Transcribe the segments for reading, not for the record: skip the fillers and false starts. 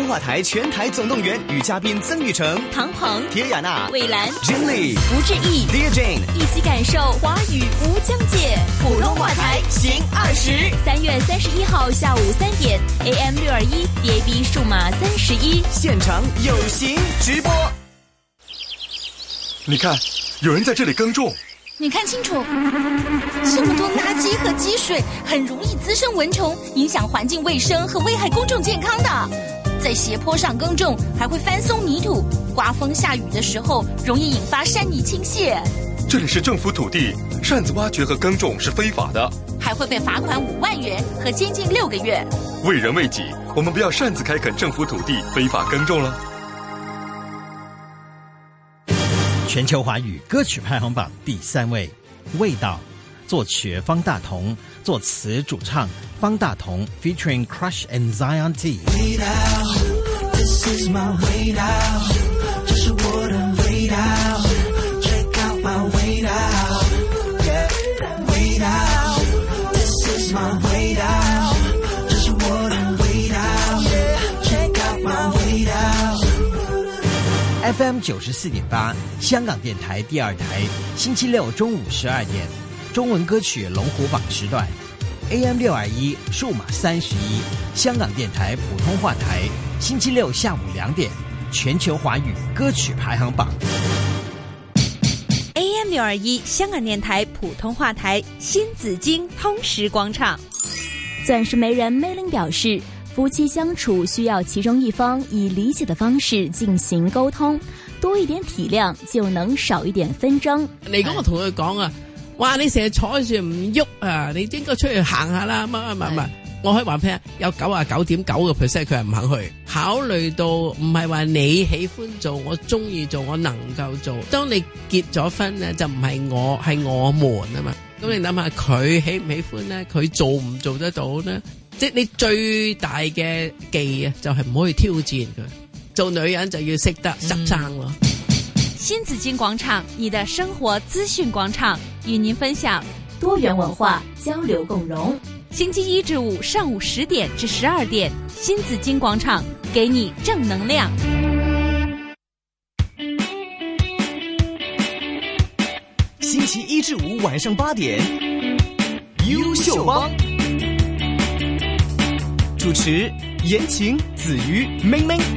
通话台全台总动员与嘉宾曾玉成、 唐鹏、 铁雅娜、 蔚蓝、 Jenny、 吴志毅、 Dear Jane， 一起感受华语无疆界。普通话台行20，3月31号下午3点 AM621 DAB 数码31， 现场有形直播。 你看，有人在这里耕种。 你看清楚，这么多垃圾和积水，很容易滋生蚊虫，影响环境卫生和危害公众健康的。在斜坡上耕种，还会翻松泥土，刮风下雨的时候，容易引发山泥倾泻。 这里是政府土地，擅自挖掘和耕种是非法的， 还会被罚款5万元和监禁6个月。 为人为己，我们不要擅自开垦政府土地，非法耕种了。 全球华语歌曲排行榜第3位，味道，作曲方大同，作词主唱方大同 featuring Crush and Zion T。 味道 This is my 味道，这是我的味道 Check out my 味道 味道 This is my 味道，这是我的味道 Check out my 味道。 FM 94.8，香港电台第2台，星期六中午12点，中文歌曲龙虎榜时段 AM621 数码31，香港电台普通话台，星期六下午2点，全球华语歌曲排行榜 AM621 香港电台普通话台，新紫荆通识广场。钻石媒人 Meiling 表示，夫妻相处需要其中一方以理解的方式進行溝通，多一點體諒就能少一點紛爭。 你講我同佢講啊，哇！你成日坐住唔喐啊，你應該出去行下啦，乜，我可以話俾你聽，有99.9%佢係唔肯去。考慮到唔係話你喜歡做，我中意做，我能夠做。當你結咗婚咧，就唔係我，係我們啊嘛。咁你諗下佢喜唔喜歡咧？佢做唔做得到咧？即係你最大嘅忌啊，就係唔可以挑戰佢。做女人就要識得執生咯。 新紫荊廣場，你的生活資訊廣場，與您分享多元文化交流共融。星期一至五上午10點至12點，新紫荊廣場給你正能量。 星期一至五晚上8點，優秀幫。主持言情子瑜明明。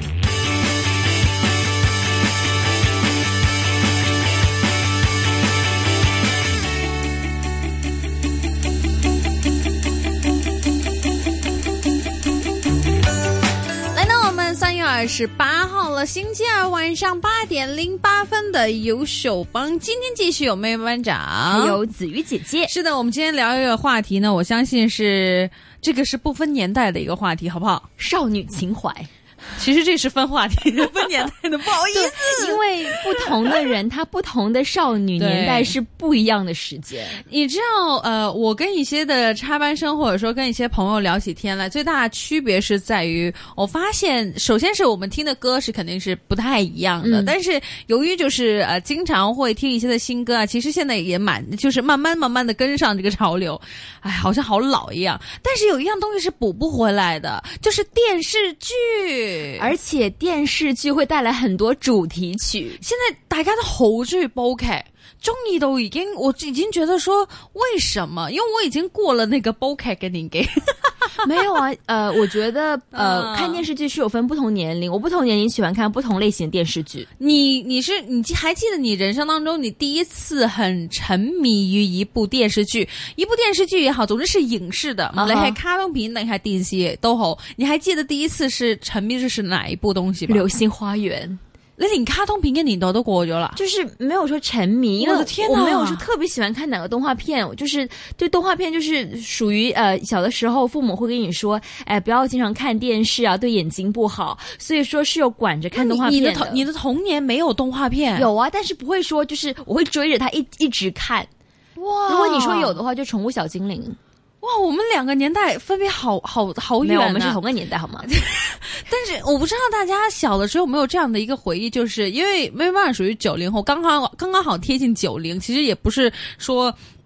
来到我们3月28号了，星期二晚上8點08分的優秀幫，今天繼續有妹妹班長， 還有子瑜姐姐。 是的，我們今天聊一個話題呢，我相信是這個是不分年代的一個話題，好不好？ 少女情懷。 其實這是分話題的，分年代的，不好意思。 因為不同的人，他不同的少女年代是不一樣的時間。 你知道，我跟一些的插班生，或者說跟一些朋友聊起天來，最大的區別是在於，我發現，首先是我們聽的歌是肯定是不太一樣的，但是由於就是經常會聽一些的新歌啊，其實現在也就是慢慢的跟上這個潮流，哎，好像好老一樣。但是有一樣東西是補不回來的，就是電視劇。 而且電視劇會帶來很多主題曲， 現在大家都好中意煲劇，中意到我已經覺得說為什麼？因為我已經過了那個煲劇嘅年紀。 沒有啊，我覺得看電視劇是有分不同年齡，我不同年齡喜歡看不同類型的電視劇。 你還記得你人生當中你第一次很沉迷於一部電視劇也好，總之是影視的，無論係卡通片定係電視都好，你還記得第一次是沉迷是哪一部東西嗎？ 流星花園。 你連卡通片嘅年代都過咗啦， 就是沒有說沉迷，因為我沒有說特別喜歡看哪個動畫片，就是對動畫片就是屬於小的時候父母會跟你說，不要經常看電視啊，對眼睛不好，所以說是有管着看動畫片的。 你的童年沒有動畫片？ 有啊，但是不會說就是我會追着它一直看。哇！如果你說有的話，就寵物小精靈。 哇，我們兩個年代分別好遠啊！ 沒有，我們是同個年代，好嗎？ 但是我不知道大家小的時候有沒有這樣的一個回憶，就是因為妹妹屬於90後，剛剛好貼近90，其實也不是說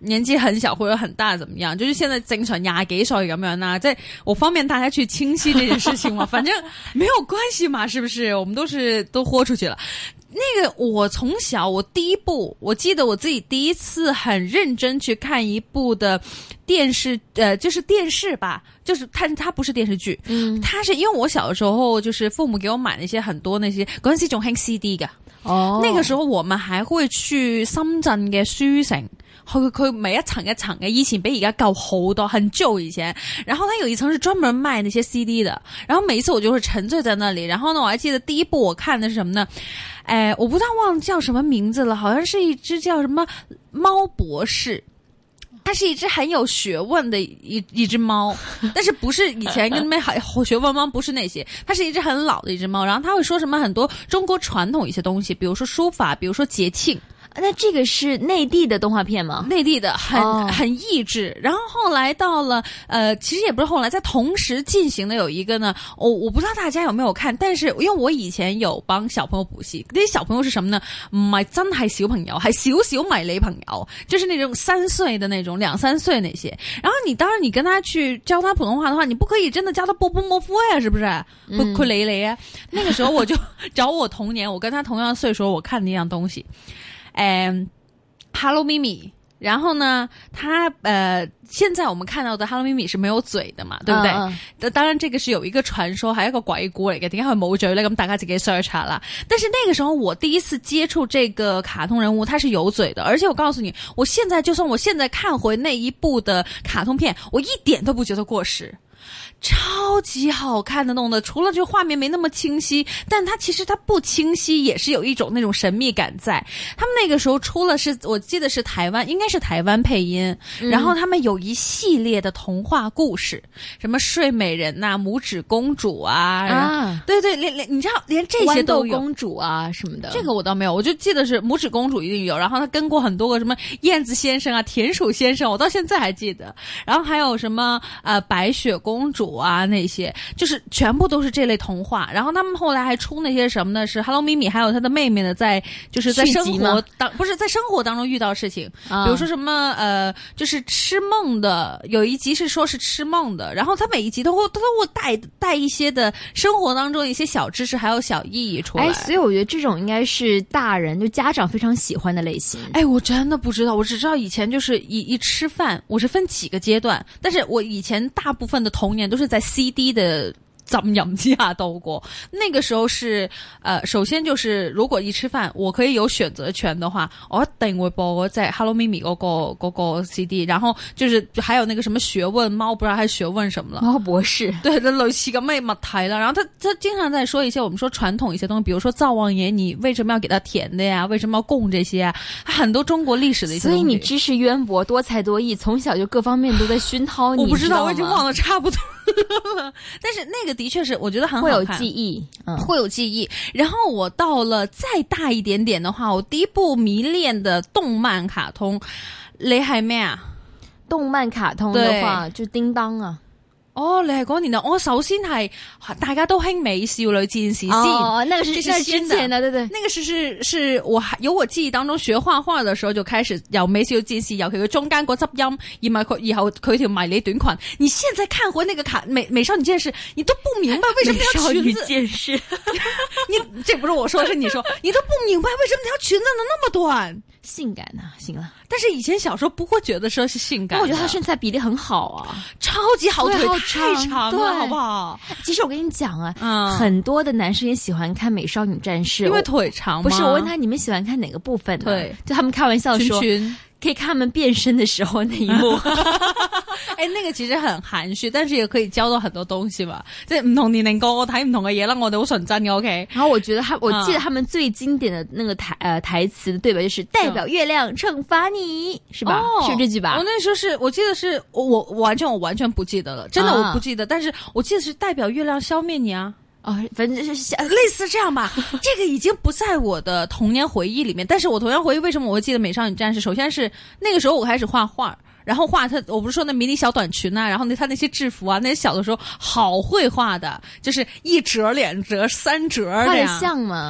年紀很小或者很大怎麼樣，就是現在正常20幾歲咁樣啦，即係我方便大家去清晰這件事情嘛，反正沒有關係嘛，是不是？我們都豁出去了。那個我從小我第一部，我記得我自己第一次很認真去看一部的電視，就是電視吧，就是它不是電視劇，它是因為我小的時候就是父母給我買那些很多那些嗰陣時仲興 CD 㗎，那個時候我們還會去深圳嘅書城。佢每一層一層嘅，以前比而家夠好多，很舊以前。然後它有一層是專門賣那些 CD 的，然後每一次我就會沉醉在那裡。然後呢，我還記得第一部我看的是什麼呢？我不知道忘了叫什麼名字了，好像是一隻叫什麼貓博士。它是一隻很有學問的一隻貓，但是不是以前跟咩學問貓，不是那些，它是一隻很老的一隻貓。然後它會說什麼很多中國傳統一些東西，比如說書法，比如說節慶。 那這個是內地的動畫片嗎？ 內地的很益智。然後後來到了其實也不是後來，在同時進行的有一個呢，我不知道大家有沒有看，但是因為我以前有幫小朋友補習，那些小朋友是什麼呢？唔係真係小朋友，係小迷你朋友，就是那種3歲的那種2、3歲那些。然後你當然你跟他去教他普通話的話，你不可以真的教他波波摸夫呀，是不是？會雷雷啊。那個時候我就找我童年，我跟他同樣歲數，我看的一樣東西。Hello Mimi， 然後呢，他現在我們看到的 Hello Mimi 是沒有嘴的嘛，對不對？當然這個是有一個傳說，還有一個鬼故嚟嘅，點解佢冇嘴呢？咁大家自己 search 下啦。但是那個時候我第一次接觸這個卡通人物，他是有嘴的，而且我告訴你，我現在就算我現在看回那一部的卡通片，我一點都不覺得過時。超級好看的弄的，除了這畫面沒那麼清晰，但它其實它不清晰也是有一種那種神秘感在。他們那個時候出了是我記得是台灣，應該是台灣配音，然後他們有一系列的童話故事，什麼睡美人呐、拇指公主啊，對對，你知道連這些都有，豌豆公主啊什麼的，這個我倒沒有，我就記得是拇指公主一定有，然後他跟過很多個什麼燕子先生啊、田鼠先生，我到現在還記得，然後還有什麼白雪公主啊，那些就是全部都是這類童話。然後他們後來還出那些什麼呢？是 Hello Mimi 還有他的妹妹呢，就是在生活不是在生活當中遇到事情，比如說什麼就是吃夢的，有一集是說是吃夢的，然後他每一集都會帶一些的生活當中一些小知識還有小意義出來。 所以我覺得這種應該是大人就家長非常喜歡的類型。 我真的不知道，我只知道以前就是一吃飯，我是分幾個階段，但是我以前大部分的童年都是在 CD 的浸淫之下度過。那個時候是首先就是如果一吃飯我可以有選擇權的話，我一定會播嗰隻 Hello Mimi 嗰個 CD， 然後就是還有那個什麼學問貓，不知道還學問什麼了，貓博士，對，類似咁嘅物體了。然後他經常在說一些我們說傳統一些東西，比如說灶王爺你為什麼要給他甜的呀，為什麼要供這些啊，很多中國歷史的一些東西。 所以你知識淵博多才多藝，從小就各方面都在熏陶你。 我不知道，我已經忘了差不多了但是那個的確是我覺得很好看， 會有記憶， 會有記憶。然後我到了再大一點點的話，我第一部迷戀的動漫卡通，你係咩啊？ 動漫卡通的話就叮當啊。 哦，你係嗰年代，我首先係大家都興美少女戰士先， 那個是之前的，對對， 那個是我有我記憶當中學畫畫的時候就開始有美少女戰士，尤其佢中間嗰執音，然後佢條迷你短裙，你現在看回那個美少女戰士，你都不明白為什麼要裙子，美少女戰士，你這不是我說，是你說，你都不明白為什麼條裙子能那麼短。 性感啊，行了。 但是以前小時候不會覺得說是性感， 我覺得他身材比例很好啊， 超級好，腿太長了，好不好？ 其實我跟你講啊，很多的男生也喜歡看美少女戰士， 因為腿長嗎？ 不是，我問他你們喜歡看哪個部分呢？ 對， 就他們開玩笑說裙可以看他們變身的時候那一幕。 那個其實很含蓄，但是也可以教到很多東西吧。即係唔同年齡個我睇唔同嘅嘢啦，我哋好純真嘅 OK。 然後我覺得我記得他們最經典的那個台詞的對白就是代表月亮懲罰你，是吧？是這句吧？ 我那時候我記得是我完全不記得了，真的我不記得，但是我記得是代表月亮消滅你啊。 反正就是類似這樣吧。這個已經不在我的童年回憶裡面，但是我童年回憶為什麼我會記得美少女戰士？首先是那個時候我開始畫畫，然後畫他，我不是說那迷你小短裙啊，然後他那些制服啊，那些小的時候好會畫的，就是1折、2折、3折這樣。 畫得像嗎？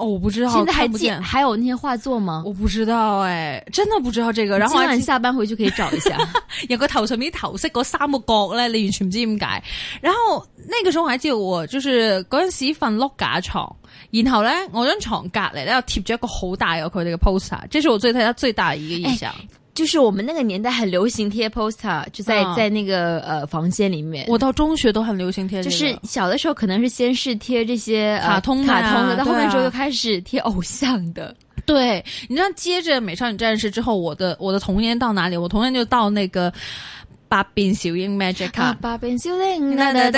哦，我不知道， 现在还有那些画作吗？ 我不知道哎，真的不知道這個。然後今晚下班回去可以找一下。 有個頭上面頭飾嗰3個角咧，你完全唔知點解。然後那個時候我還記得我就是嗰陣時瞓碌架床，然後咧我張床隔離咧又貼咗一個好大嘅佢哋嘅 poster， 這是我對他最大的一個印象。 就是我們那個年代很流行貼 poster， 就在那個房間裡面。 我到中學都很流行貼、這個，就是小的時候可能是先是貼這些卡通的， 到後面之後又開始貼偶像的。 對，你知道接着美少女戰士之後，我的童年到哪裡？我童年就到那個百變小櫻 Magic 啊，百變小櫻，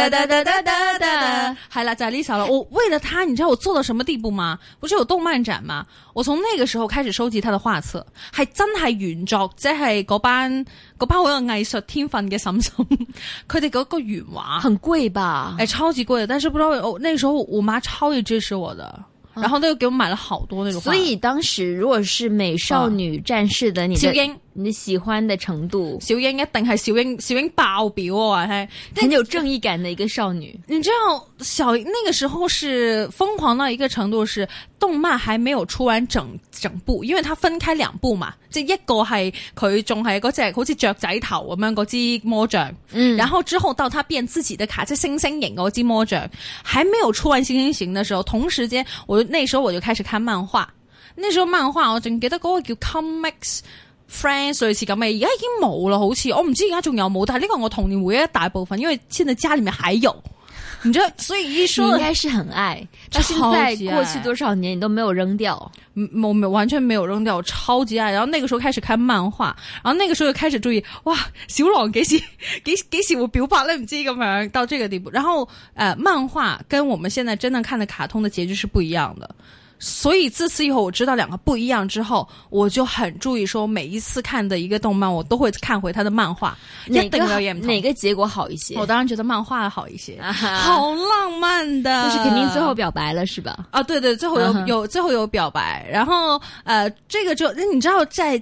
係啦，就係呢首啦。我為了他，你知道我做到什麼地步嗎？不是有動漫展嗎？我從那個時候開始收集他的畫冊，係真係原作，即係嗰班好有藝術天分嘅嬸嬸，佢哋嗰個原畫很貴吧？ 超級貴，但是不知道那個時候我媽超級支持我的。然後他又給我買了好多那種畫， 所以當時如果是美少女戰士的你的喜歡的程度， 小櫻一定係小櫻爆表啊！ 很有正義感的一個少女。 你知道那個時候是瘋狂到一個程度，是動漫還沒有出完整部，因為它分開2部嘛，即係一個係佢仲係嗰隻好似雀仔頭咁樣嗰支魔杖，然後之後到他變自己的卡，即係星星型嗰支魔杖，還沒有出完星星型的時候，同時間那時候我就開始看漫畫，那時候漫畫我仲記得嗰個叫 Comics Friends 類似咁嘅，而家已經冇啦，好似我唔知而家仲有冇，但係呢個我童年回憶一大部分，因為現在家裡面還有，你知道，所以一說你應該是很愛，到現在過去多少年你都沒有扔掉， 我完全沒有扔掉，我超級愛。然後那個時候開始看漫畫，然後那個時候就開始注意，哇，小狼幾時會表白呢？唔知咁樣到這個地步。然後漫畫跟我們現在真正看的卡通的結局是不一樣的。所以自此以後我知道兩個不一樣之後，我就很注意說每一次看的一個動漫我都會看回它的漫畫，一定有哪個結果好一些？ 我當然覺得漫畫好一些，好浪漫的， 就是肯定最後表白了是吧？ 啊，對對，最後最後有表白，然後這個就你知道在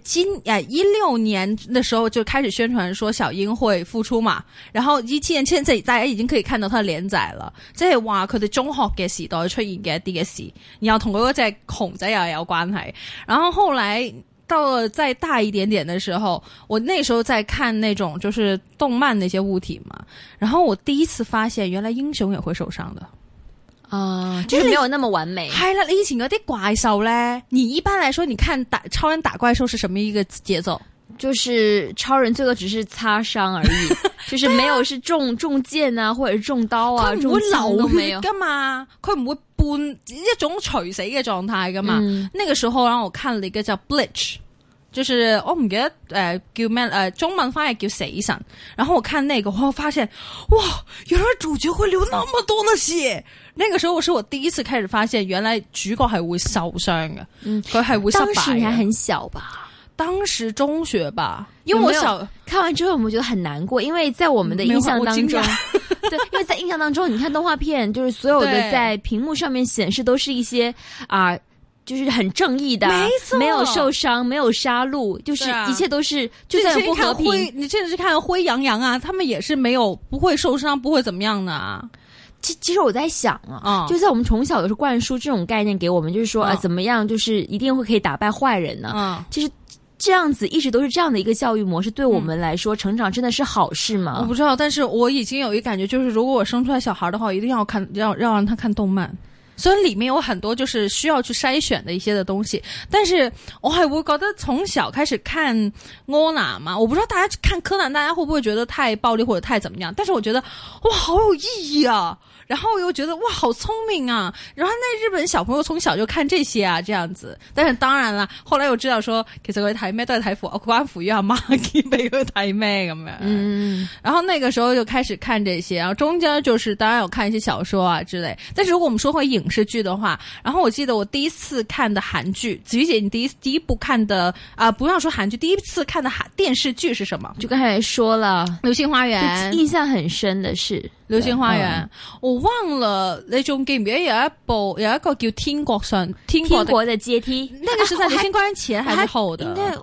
16年的時候就開始宣傳說小櫻會復出嘛，然後17年現在大家已經可以看到它的連載了，即係話佢哋中學嘅時代出現嘅一啲嘅事，然後同嗰隻熊仔又有關係，然後後來到了再大一點點的時候，我那時候在看那種就是動漫那些物體嘛，然後我第一次發現原來英雄也會受傷的啊，就是沒有那麼完美。 係啦，你以前嗰啲怪獸咧，你一般來說你看超人打怪獸是什麼一個節奏？ 就是超人最多只是擦傷而已，就是沒有是中箭啊，或者是中刀啊，中槍都沒有。 佢唔會流血噶嘛，佢唔會半一種垂死嘅狀態噶嘛。那個時候讓我看了一個叫 Bleach， 就是我唔記得叫咩中文翻譯叫死神。然後我看那個，我發現哇，原來主角會流那麼多的血。那個時候是我第一次開始發現，原來主角係會受傷嘅，佢係會失敗嘅。 當時你還很小吧？ 當時中學吧，因為我看完之後，我們覺得很難過，因為在我們的印象當中，對，因為在印象當中，你看動畫片，就是所有的在屏幕上面顯示都是一些就是很正義的，沒有受傷，沒有殺戮，就是一切都是就算不和平。 你甚至是看灰羊羊啊，他們也是沒有不會受傷，不會怎麼樣的啊。 其實我在想啊，就在我們從小的時候灌輸這種概念給我們，就是說怎麼樣，就是一定會可以打敗壞人呢？其實。這樣子一直都是這樣的一個教育模式，對我們來說，成長真的是好事嗎？ 我不知道，但是我已經有一個感覺，就是如果我生出來小孩的話，我一定要讓他看動漫。雖然裏面有很多就是需要去篩選的一些的東西，但是我還會覺得從小開始看柯南嘛，我不知道大家看柯南，大家會不會覺得太暴力或者太怎麼樣？但是我覺得哇，好有意義啊！然後我又覺得哇，好聰明啊！然後那日本小朋友從小就看這些啊，這樣子。但是當然啦，後來又知道說，其實佢睇咩都係睇關乎於阿媽給俾佢睇咩咁樣。然後那個時候就開始看這些，然後中間就是當然有看一些小說啊之類。但是如果我們說回影視劇的話，然後我記得我第一次看的韓劇，子瑜姐，你第一部看的不要說韓劇，第一次看的電視劇是什麼？ 就剛才說了《 流星花園》， 印象很深的是《 流星花園》。我忘了，你仲記唔記得有一個叫天國的階梯，那個是在流星花園前還是後的？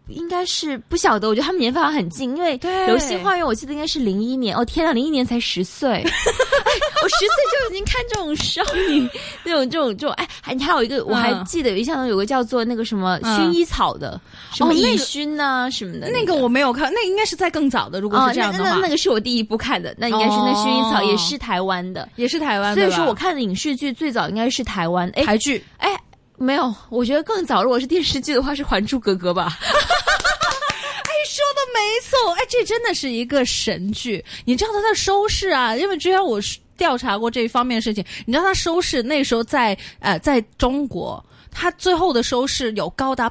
应该是不晓得，我觉得他们年份好像很近，因为流星花园我记得应该是01年，哦天哪，01年才10岁，哎，我10岁就已经看这种少女这种，哎，你还有一个我还记得有印象中有个叫做那个什么薰衣草的，什么乙熏啊什么的， 那个我没有看，那应该是在更早的，如果是这样的话， 那个是我第一部看的，那应该是那薰衣草也是台湾的， 也是台湾， 所以说我看的影视剧最早应该是台湾，哎， 台剧， 哎。没有，我觉得更早，如果是电视剧的话是《还珠格格》吧。 哎，说的没错，哎，这真的是一个神剧。你知道它的收视啊？因为之前我调查过这一方面的事情，你知道它收视那时候在中国，它最后的收视有高达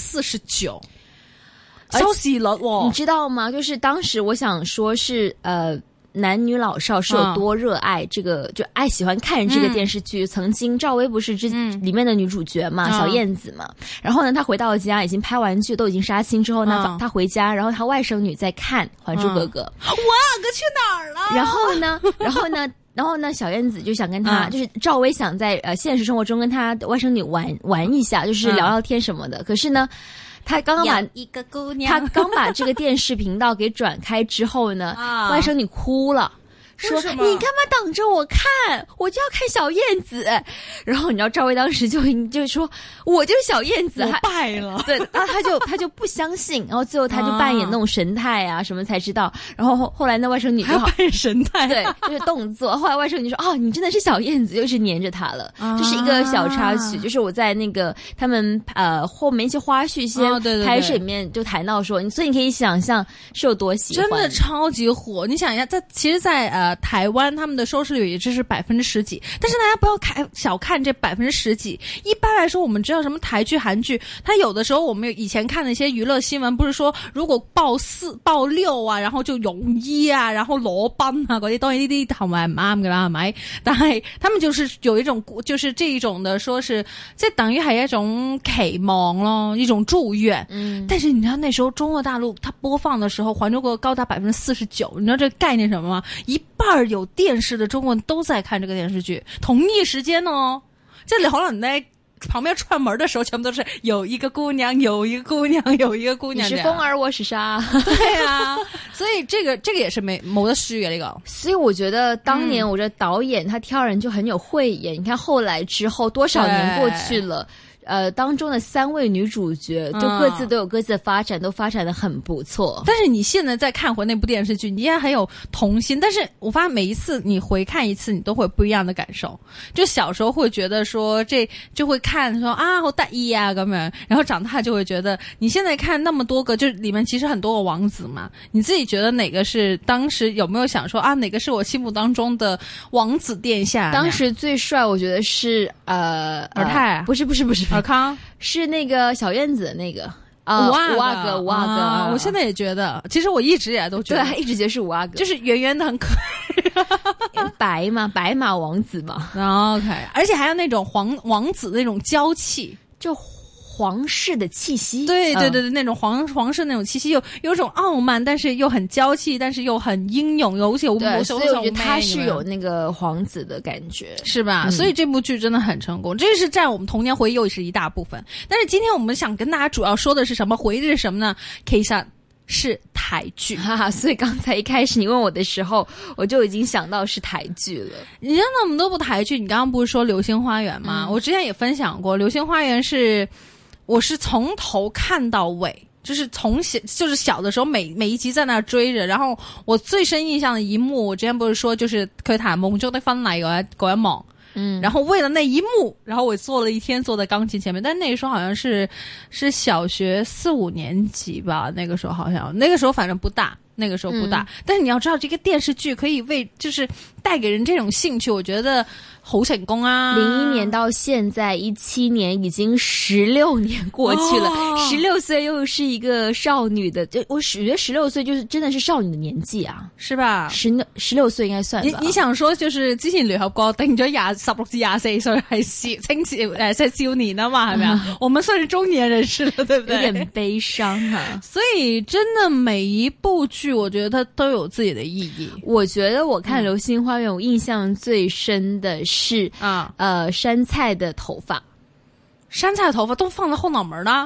49%，收视率哦， 你知道吗？就是当时我想说是男女老少是有多热爱这个，就爱喜欢看这个电视剧。曾经赵薇不是里面的女主角嘛，小燕子嘛。然后呢，她回到家已经拍完剧，都已经杀青之后呢，她回家，然后她外甥女在看《还珠格格》。 哇，哥去哪儿了？ 然后呢，小燕子就想跟她，就是赵薇想在现实生活中跟她外甥女玩一下，就是聊聊天什么的。可是呢。他刚刚把这个电视频道给转开之后呢，外甥女哭了，说你干嘛挡着我看？我就要看小燕子。然后你知道赵薇当时就说我就是小燕子， 我败了。 对，然后他就不相信，然后最后他就扮演那种神态啊什么才知道。然后后来那外甥女就扮演神态， 对，就是动作。后来外甥女说哦，你真的是小燕子，又是黏着他了。这是一个小插曲，就是我在那个他们后面一些花絮一些拍摄里面就谈到说，所以你可以想象是有多喜欢， 真的超级火。你想一下，在台湾他们的收视率也只是10%几，但是大家不要小看这10%几。一般来说，我们知道什么台剧、韩剧，它有的时候我们以前看的一些娱乐新闻，不是說如果報4、報6啊，然後就泳衣啊，然後裸奔啊嗰啲，當然呢啲係咪唔啱㗎啦，係咪？但係他們就是有一種，就是這一種的，說是即等於係一種期望咯，一種祝願。但是你知道那時候中國大陸它播放的時候，《還珠格格》高達49%，你知道這個概念什麼嗎？一半有電視的中國人都在看這個電視劇，同一時間哦，即係你可能咧。旁邊串門的時候，全部都是有一個姑娘，有一個姑娘，有一個姑娘。 你是風兒，我是沙。 對啊，所以這個也是沒得輸嘅呢個。 所以我覺得當年我覺得導演他挑人就很有慧眼。你看後來之後多少年過去了。當中的3位女主角就各自都有各自的發展，都發展得很不錯。 但是你現在再看回那部電視劇，你依然很有童心。但是我發現每一次你回看一次，你都會有不一樣的感受。就小時候會覺得說這就會看說啊好得意啊咁樣，然後長大就會覺得你現在看那麼多個，就裡面其實很多個王子嘛，你自己覺得哪個是當時有沒有想說啊哪個是我心目當中的王子殿下？ 當時最帥我覺得是爾泰， 不是爾康， 是那個小燕子的那個五阿哥， 我現在也覺得，其實我一直也都覺得， 對，一直覺得是五阿哥， 就是圓圓的很可愛， 白馬王子嘛。 OK， 而且還有那種王子那種嬌氣， 就皇室的氣息， 對，那種皇室那種氣息，有種傲慢，但是又很嬌氣，但是又很英勇，有些對，所以我覺得他是有那個皇子的感覺， 是吧？所以這部劇真的很成功，這是佔我們童年回憶又是一大部分。但是今天我們想跟大家主要說的是什麼？回憶是什麼呢？其實是台劇， 所以剛才一開始你問我的時候，我就已經想到是台劇了。 你像那麼多部台劇，你剛剛不是說《流星花園》嗎？我之前也分享過，《流星花園》我是從頭看到尾，就是小的時候每一集在那追着，然後我最深印象的一幕，我之前不是說就是佢彈夢中的婚禮嗰一幕，然後為了那一幕，然後我坐了一天坐在鋼琴前面，但那個時候好像是小學4、5年級吧，那個時候好像那個時候反正不大。那個時候不大，但是你要知道這個電視劇可以就是帶給人這種興趣，我覺得好成功啊。 01年到現在17年，已經16年過去了，16歲又是一個少女的，我覺得16歲就是真的是少女的年紀啊， 是吧 ？16歲應該算吧。你想說就是之前聯合國定咗16至24歲係少年啊嘛，係咪啊？我們算是中年人士了，對不對？ 有點悲傷啊。 所以真的每一部劇我覺得它都有自己的意義。 我覺得我看《流星花園》我印象最深的是山菜的頭髮。 山菜的頭髮都放在後腦門啦。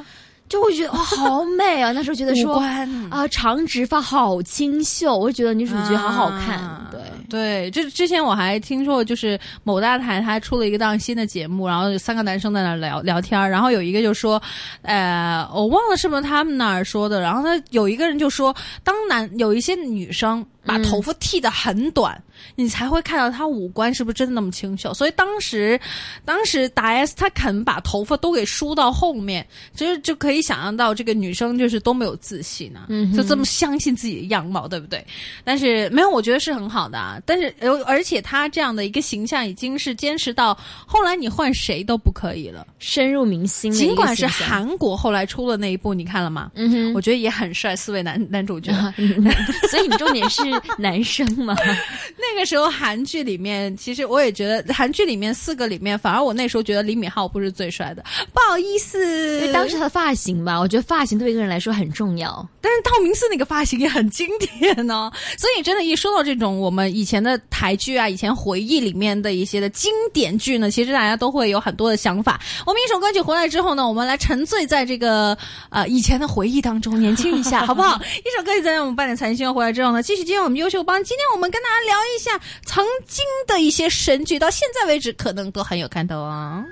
就会觉得哇好美啊，那时候觉得说长直发好清秀，我就觉得女主角好好看。 对，之前我还听说，就是某大台他出了一个档新的节目，然后有3个男生在那聊天，然后有一个就说，我忘了是不是他们那儿说的，然后他有一个人就说，有一些女生把头发剃得很短，你才会看到她五官是不是真的那么清秀。所以当时大 S 她肯把头发都给梳到后面，其实就可以想象到这个女生就是多么有自信啊，就这么相信自己的样貌，对不对？但是没有，我觉得是很好的啊。但是而且她这样的一个形象已经是坚持到后来你换谁都不可以了， 深入民心的一个形象。 尽管是韩国后来出了那一部，你看了吗？我觉得也很帅，4位男主角。 所以你重点是男生吗？ 那个时候韩剧里面，其实我也觉得韩剧里面4个里面，反而我那时候觉得李敏镐不是最帅的，不好意思， 因为当时他的发型吧，我觉得发型对一个人来说很重要。 但是道明寺那个发型也很经典哦，所以真的，一说到这种我们以前的台剧啊，以前回忆里面的一些的经典剧呢，其实大家都会有很多的想法。我们一首歌曲回来之后呢，我们来沉醉在这个以前的回忆当中，年轻一下，好不好？一首歌曲在我们8点财经新闻回来之后呢，继续接我们优秀帮。今天我们跟大家聊一下曾经的一些神剧，到现在为止可能都很有看头啊。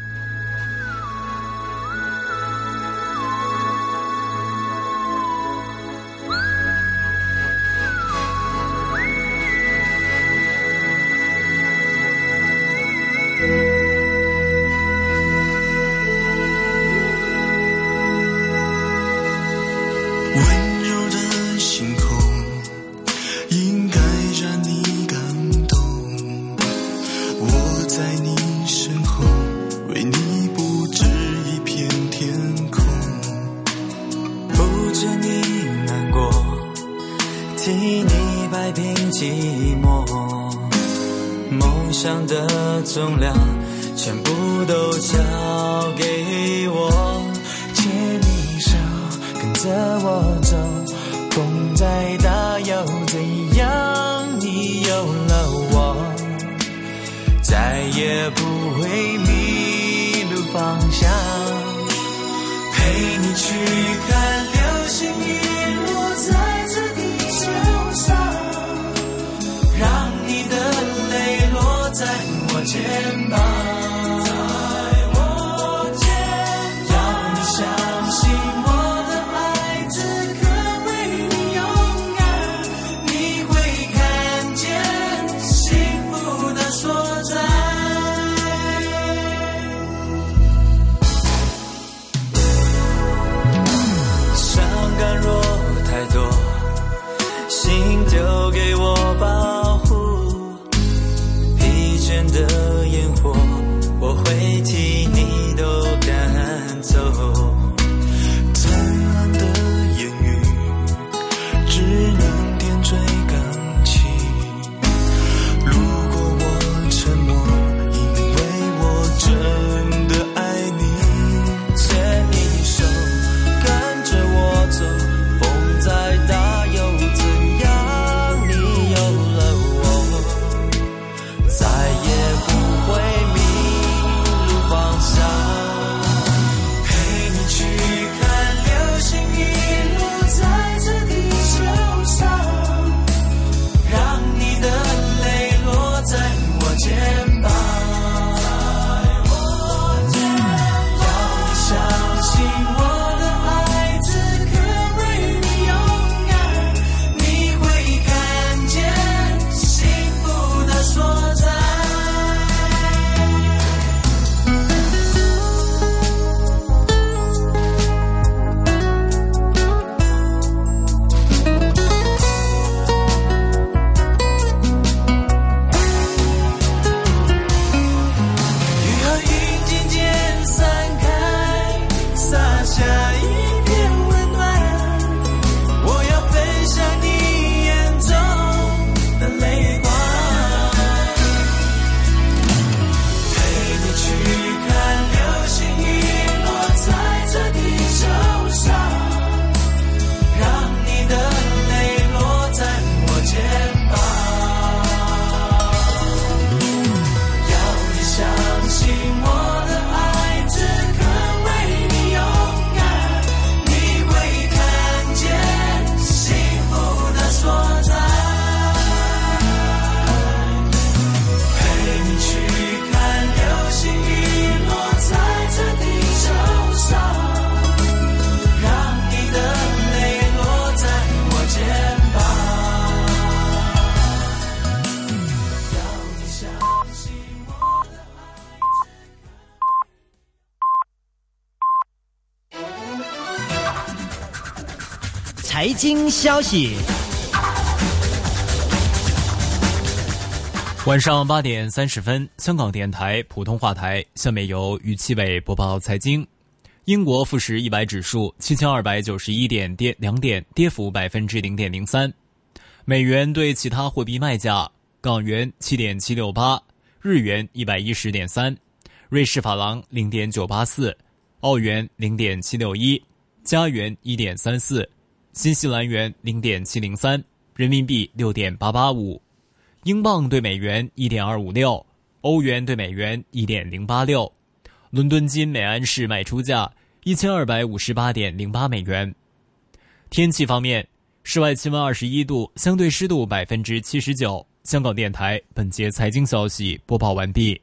的重量全部都交给我，牵你手跟着我走，风再大又怎样，你有了我再也不会迷路方向，陪你去看流星雨落在这地球上，让你的泪落在我肩膀，要你相信我的爱此刻为你勇敢，你会看见幸福的所在。 财经消息。 晚上8点30分，香港电台普通话台，下面由于七伟播报财经。英国富时100指数7291点跌2点，跌幅0.03%。美元对其他货币卖价：港元7.768，日元110.3，瑞士法郎0.984，澳元0.761，加元1.34，新西兰元0.703，人民币6.885。英镑对美元1.256，欧元对美元1.086，伦敦金每安士卖出价1258.08美元。天气方面，室外气温21度，相对湿度79%。香港电台本节财经消息播报完毕。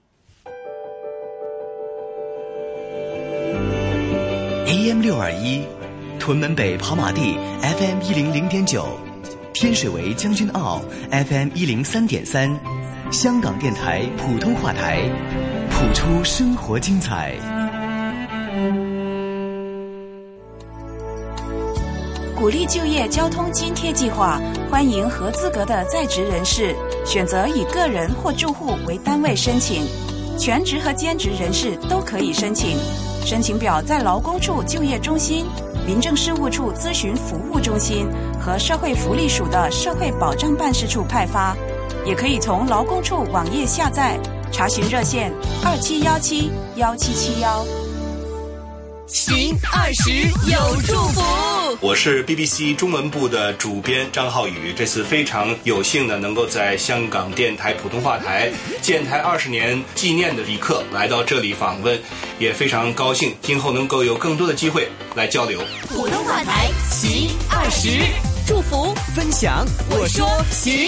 AM621，屯门北跑马地 FM100.9。天水围将军澳 FM 103.3，香港电台普通话台，谱出生活精彩。 鼓励就业交通津贴计划，欢迎合资格的在职人士选择以个人或住户为单位申请，全职和兼职人士都可以申请。申请表在劳工处就业中心、民政事务处咨询服务中心和社会福利署的社会保障办事处派发，也可以从劳工处网页下载，查询热线27171771。 行20有祝福。 我是 BBC 中文部的主编张浩宇，这次非常有幸的能够在香港电台普通话台建台20年纪念的一刻来到这里访问，也非常高兴今后能够有更多的机会来交流。 普通话台行20，祝福分享，我说行。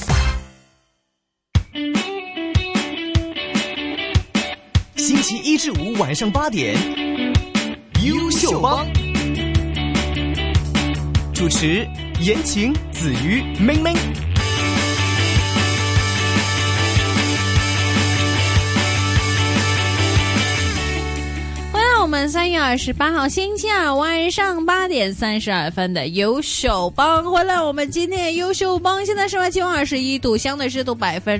星期1至5晚上8点，优秀帮主持言情、子瑜、妹妹。 我们3月28号星期二晚上8点32分的优秀帮回来。我们今天的优秀帮现在室外气温21度，相对湿度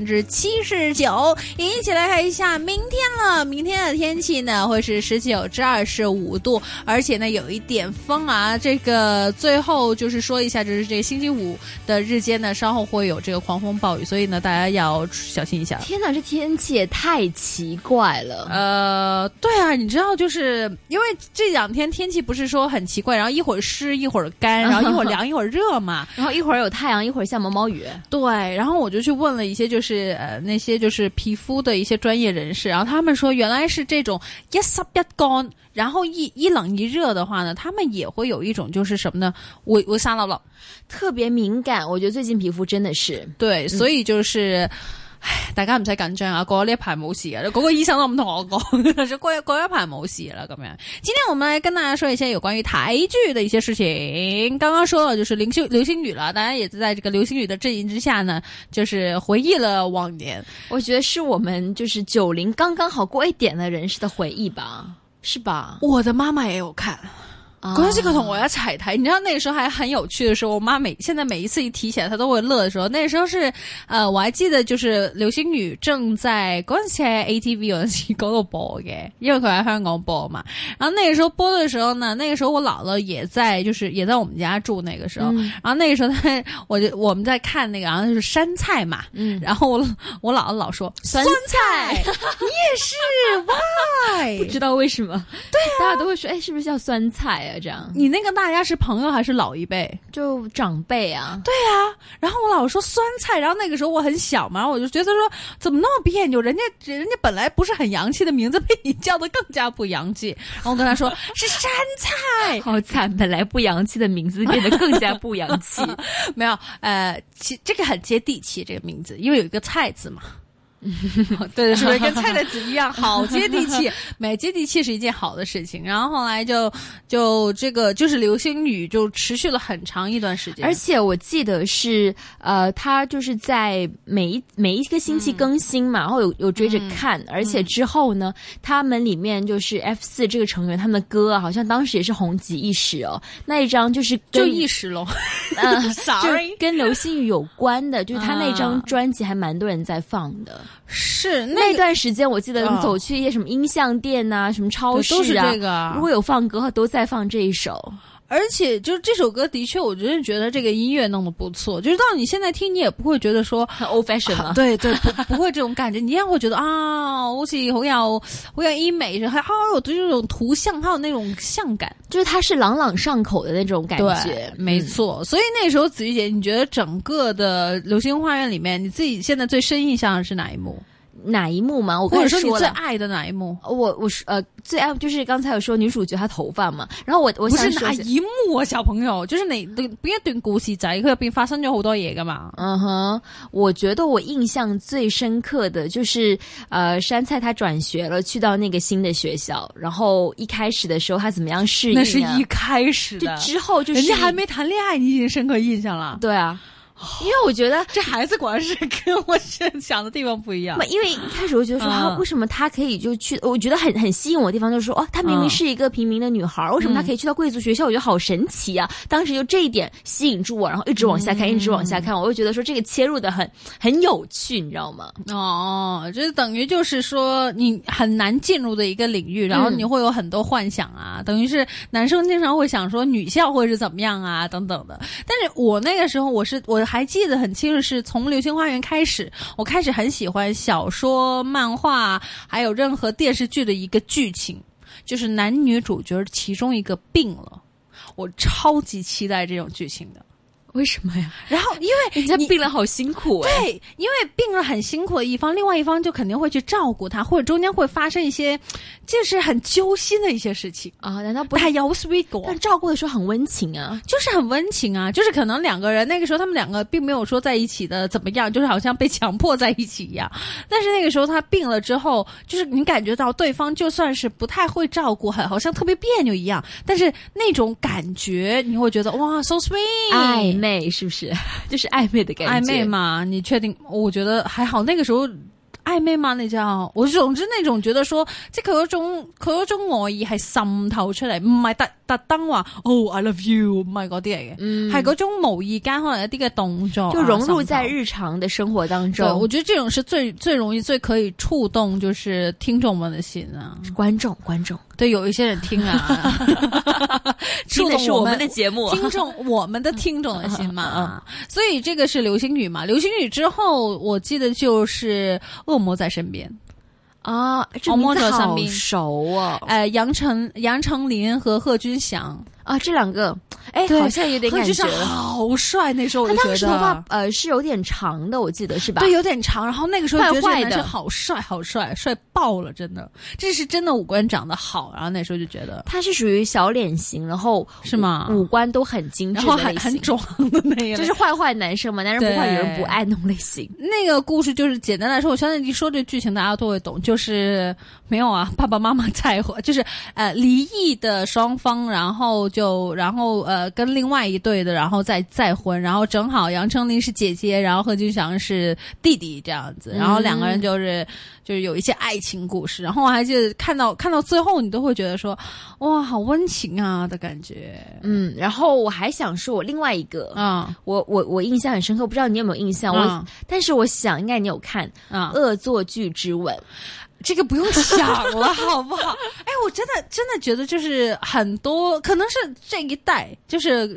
79%。一起来看一下明天了。明天的天气呢会是19至25度，而且呢有一点风啊。这个最后就是说一下，就是这个星期5的日间呢稍后会有这个狂风暴雨，所以呢大家要小心一下。 天哪，这天气也太奇怪了。 对啊，你知道就是因为这2天天气不是说很奇怪，然后一会儿湿一会儿干，然后一会儿凉一会儿热嘛， 然后一会儿有太阳一会儿下毛毛雨。 对，然后我就去问了一些就是那些就是皮肤的一些专业人士，然后他们说原来是这种一湿一干，然后一冷一热的话呢，他们也会有一種就是什麼呢？會沙粒粒， 特別敏感。我覺得最近皮膚真的是對，所以就是。大家唔使緊張啊，過咗呢一排冇事啊，嗰個醫生都咁同我講，就過一排冇事了咁樣。今天我們來跟大家說一些有關於台劇的一些事情。剛剛說了就是流星雨了，大家也在這個流星雨的陣營之下呢，就是回憶了往年。 我覺得是我們就是90剛剛好過一點的人士的回憶吧，是吧？ 我的媽媽也有看。嗰陣時佢同我一齊睇，你知道那個時候還很有趣的時候，我媽現在每一次一提起來，她都會樂的時候，那個時候是我還記得就是流星雨正在嗰陣時喺 ATV 嗰陣時嗰度播嘅，因為佢喺香港播嘛。然後那個時候播的時候呢，那個時候我姥姥也在，就是也在我們家住那個時候。然後那個時候我們在看那個，然後就是山菜嘛。然後我姥姥老說酸菜，你也是 why？ 不知道為什麼， 對啊， 大家都會說，是不是叫酸菜啊？這樣， 你那個大家是朋友還是老一輩？ 就長輩啊。 對啊，然後我老說酸菜，然後那個時候我很小嘛，然後我就覺得說怎麼那麼別扭，人家本來不是很洋氣的名字，被你叫得更加不洋氣。然後我跟他說是山菜， 好慘，本來不洋氣的名字變得更加不洋氣。 沒有，這個很接地氣，這個名字，因為有一個菜字嘛。 对，是不是跟菜菜子一样好接地气？美接地气是一件好的事情。然后后来就这个就是流星雨就持续了很长一段时间， 而且我记得是他就是在每一个星期更新嘛，然后有追着看，而且之后呢，他们里面就是 F4 这个成员他们的歌啊，好像当时也是红极一时哦。那一张就是就一时咯 ，sorry，就跟流星雨有关的，就是他那张专辑还蛮多人在放的。 是那段时间，我记得走去一些什么音像店啊、什么超市啊， 都是这个。 如果有放歌，都在放这一首。 而且就是这首歌的确，我真的觉得这个音乐弄得不错，就是到你现在听，你也不会觉得说很 old fashion 嘛。 对对，不会这种感觉，你依然会觉得啊，好似好有image，还有这种图像，还有那种像感， 就是它是朗朗上口的那种感觉。 对，没错。所以那时候子玉姐，你觉得整个的《流星花园》里面，你自己现在最深印象的是哪一幕？ 哪一幕嘛？我或者说你最爱的哪一幕？ 我是最爱就是刚才有说女主角她头发嘛，然后我不是哪一幕啊，小朋友，就是邊一段故事仔，佢入邊發生咗好多嘢噶嘛。 嗯哼，我覺得我印象最深刻的就是杉菜她轉學了，去到那個新的學校，然後一開始的時候她怎麼樣適應啊？ 那是一開始的， 就之後就是人家還沒談戀愛，你已經深刻印象了。 對啊。因为我觉得这孩子果然是跟我想的地方不一样。 因为一开始我觉得说为什么他可以就去，我觉得很吸引我的地方就是说她明明是一个平民的女孩，为什么她可以去到贵族学校？我觉得好神奇啊！当时就这一点吸引住我，然后一直往下看，一直往下看，我就觉得说这个切入的很有趣，你知道吗？ 哦，这等于就是说你很难进入的一个领域，然后你会有很多幻想啊，等于是男生经常会想说女校会是怎么样啊等等的。但是我那个时候我还记得很清楚，是从《流星花园》开始，我开始很喜欢小说、漫画，还有任何电视剧的一个剧情，就是男女主角其中一个病了，我超级期待这种剧情的。 为什么呀？ 然后因为人家病了好辛苦对，因为病了很辛苦的一方，另外一方就肯定会去照顾他，或者中间会发生一些就是很揪心的一些事情啊。难道不太有 sweet 过？ 但照顾的时候很温情啊， 就是很温情啊，就是可能两个人那个时候他们两个并没有说在一起的怎么样，就是好像被强迫在一起一样。但是那个时候他病了之后，就是你感觉到对方就算是不太会照顾，好像特别别扭一样，但是那种感觉你会觉得哇 so sweet， 暧昧是不是？就是暧昧的感觉。 暧昧嘛，你确定？我觉得还好，那个时候曖昧嘛，你就我總之那種覺得說，即係佢嗰種愛意係滲透出嚟，唔係特登話哦 I love you， 唔係嗰啲嚟嘅，係嗰種無意間可能一啲嘅動作， 就融入在日常的生活當中。 對，我覺得這種是最容易、最可以觸動就是聽眾們的心啊， 觀眾。 對，有一些人聽啊， 聽的是我們的節目， 我們的聽眾的心嘛。所以這個是流星雨嘛，流星雨之後，我記得就是惡魔在身邊。 啊，這名字好熟哦！ 楊丞琳和賀軍翔啊，這兩個，好像有點感覺。 賀軍翔好帥，那時候我就覺得。他當時頭髮是有點長的，我記得是吧？ 對，有點長。然後那個時候覺得這個男生好帥，帥爆了，真的，這是真的五官長得好。然後那時候就覺得他是屬於小臉型，然後是嗎？ 五官都很精緻， 然後很壯的那個， 就是壞男生嘛，男人不壞，有人不愛那種類型。 那個故事就是簡單來說，我相信一說這劇情大家都會懂，就是沒有啊，爸爸媽媽再婚，就是離異的雙方，然後跟另外一對的，然後再婚，然後正好楊丞琳是姐姐，然後賀軍翔是弟弟這樣子，然後兩個人就是有一些愛情故事，然後我還記得看到最後，你都會覺得說哇，好溫情啊的感覺。 然後我還想說我另外一個我印象很深刻，不知道你有沒有印象？但是我想應該你有看惡作劇之吻。 這個不用想了，好不好？我真的覺得就是很多，可能是這一代，就是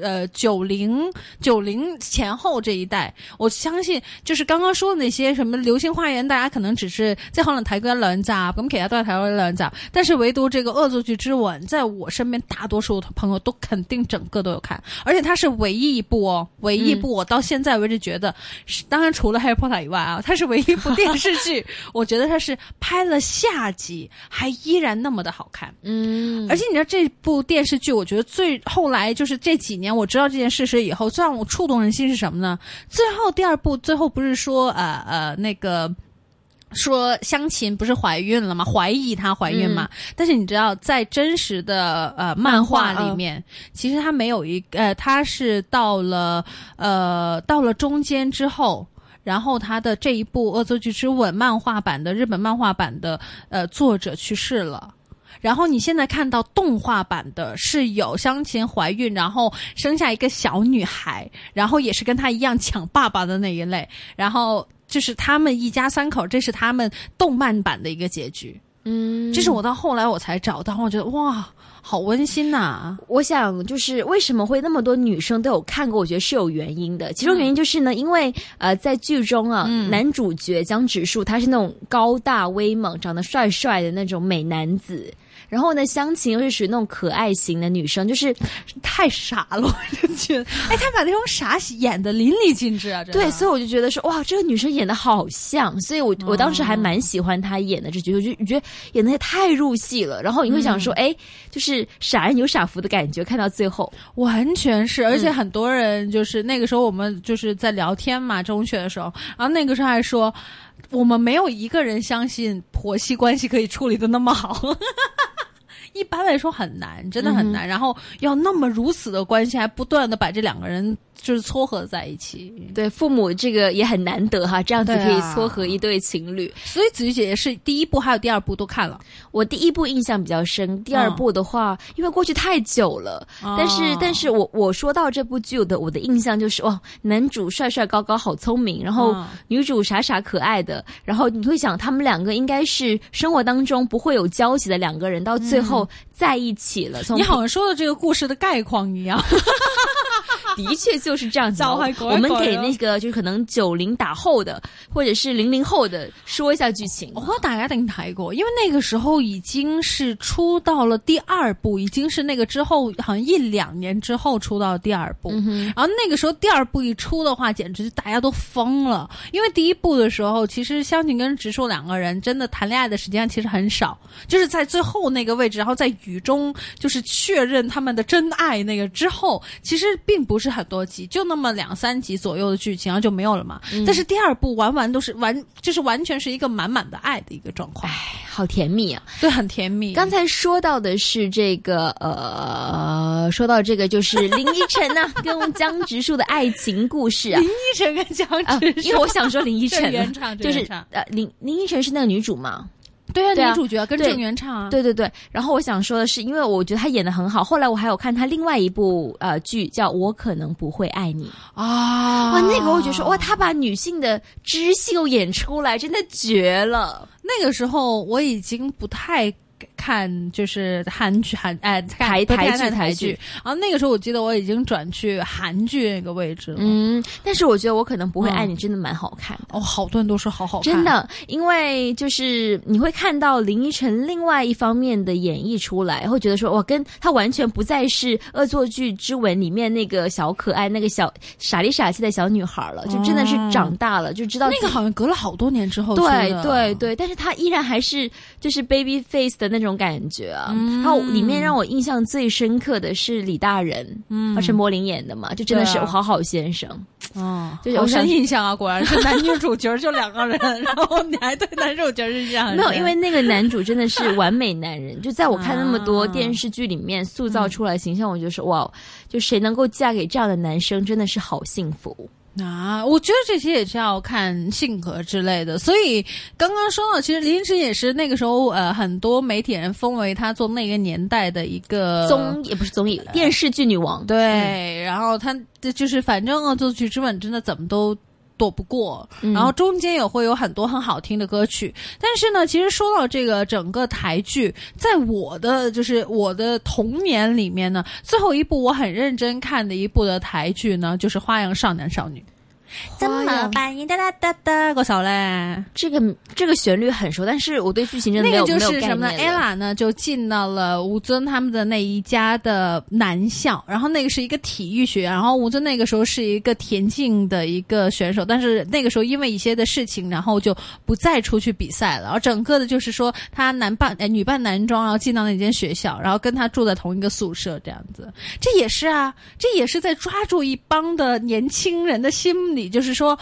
90前後這一代，我相信就是剛剛說的那些什麼流星花園，大家可能只是即係可能睇過一兩集，咁其他都係睇過一兩集，但是唯獨這個惡作劇之吻，在我身邊大多數朋友都肯定整個都有看，而且它是唯一一部我到現在為止覺得，當然除了 Harry Potter 以外啊，它是唯一一部電視劇，我覺得它是拍了下集還依然那麼的好看。而且你知道這部電視劇，我覺得最後來就是這幾年我知道這件事實以後，最讓我觸動人心是什麼呢？最後第二部最後不是說那個说湘琴不是怀孕了吗？怀疑她怀孕嘛？但是你知道，在真实的漫画里面，其实她没有她是到了中间之后。然后他的这一部《恶作剧之吻》漫画版的日本漫画版的作者去世了。然后你现在看到动画版的是有湘琴怀孕，然后生下一个小女孩，然后也是跟她一样抢爸爸的那一类，然后就是他们一家三口，这是他们动漫版的一个结局。这是我到后来我才找到，我觉得哇，好温馨呐！ 我想就是为什么会那么多女生都有看过，我觉得是有原因的。其中原因就是呢，因为在剧中啊，男主角江直树他是那种高大威猛、长得帅帅的那种美男子。然后呢，湘琴又是属于那种可爱型的女生，就是太傻了，我就觉得，他把那种傻演得淋漓尽致啊！真的对，所以我就觉得说，哇，这个女生演得好像，所以我当时还蛮喜欢她演的这角色，我就觉得演得也太入戏了。然后你会想说，就是傻人有傻福的感觉，看到最后完全是，而且很多人就是那个时候我们就是在聊天嘛，中学的时候，然后那个时候还说，我们没有一个人相信婆媳关系可以处理得那么好。一般来说很难，真的很难，然后要那么如此的关系，还不断的把这两个人就是撮合在一起。 对，父母这个也很难得哈，这样子可以撮合一对情侣。 所以子瑜姐姐是第一部还有第二部都看了。 我第一部印象比较深，第二部的话，因为过去太久了，但是我说到这部剧我的印象就是哇，男主帅帅高高好聪明，然后女主傻傻可爱的，然后你会想他们两个应该是生活当中不会有交集的两个人，到最后在一起了。 你好像说的这个故事的概况一样。 的确就是这样子。我们给那个就是可能90打後的或者是00後的說一下劇情。 我大家一定睇過，因為那個時候已經是出到了第二部，已經是那個之後好像1-2年之後出到第二部，然後那個時候第二部一出的話，簡直大家都瘋了。因為第一部的時候，其實湘琴跟直樹兩個人真的談戀愛的時間其實很少，就是在最後那個位置，然後在雨中就是確認他們的真愛那個之後，其實並不是很多集，就那麼2-3集左右的劇情，然後就沒有了嘛。但是第二部完都是就是完全是一個滿滿的愛的一個狀況。 好甜蜜啊！ 對，很甜蜜。 剛才說到的是這個說到這個就是林依晨啊跟江直樹的愛情故事啊。 林依晨跟江直樹， 因為我想說林依晨原唱就是林依晨是那個女主嘛。 對啊，女主角跟郑元暢啊。 對。然後我想說的是，因為我覺得她演得很好，後來我還有看她另外一部劇叫《我可能不會愛你》啊，哇，那個我覺得說哇，她把女性的知性演出來，真的絕了。 那個時候我已經不太看就是台劇，然後那個時候我記得我已經轉去韓劇那個位置了。 但是我覺得我可能不會愛你真的蠻好看的。 哦，好多人都說好好看， 真的，因為就是你會看到林依晨另外一方面的演繹出來，會覺得說哇，跟她完全不再是《惡作劇之吻》裡面那個小可愛那個小傻裡傻氣的小女孩了，就真的是長大了，就知道那個好像隔了好多年之後。 對，但是她依然還是就是 baby face 的那種感覺啊。然後裡面讓我印象最深刻的是李大仁，陳柏霖演的嘛，就真的是好好先生。 就是好深印象啊，果然是男女主角就2個人，然後你還對男主角是這樣。 沒有，因為那個男主真的是完美男人，就在我看那麼多電視劇裡面塑造出來的形象，我就說哇，就誰能夠嫁給這樣的男生，真的是好幸福。 我覺得這些也是要看性格之類的，所以剛剛說到，其實林依晨也是那個時候，很多媒體人封為她做那個年代的一個也不是綜藝，電視劇女王。 對，然後她就是反正惡作劇之吻真的怎麼都躲不過，然後中間也會有很多很好聽的歌曲。但是呢，其實說到這個整個台劇，在我的童年裡面呢，最後一部我很認真看的一部的台劇呢，就是《花樣少男少女》。怎麼辦？噠噠噠噠，嗰首咧， 這個旋律很熟，但是我對劇情真的沒有概念。 那個就是什麼呢 ？Ella 呢就進到了吳尊他們的那一家的男校，然後那個是一個體育學院，然後吳尊那個時候是一個田徑的一個選手，但是那個時候因為一些的事情，然後就不再出去比賽了。然後整個的就是說他女扮男裝，然後進到那間學校，然後跟他住在同一個宿舍，這樣子。這也是在抓住一幫的年輕人的心理。就是說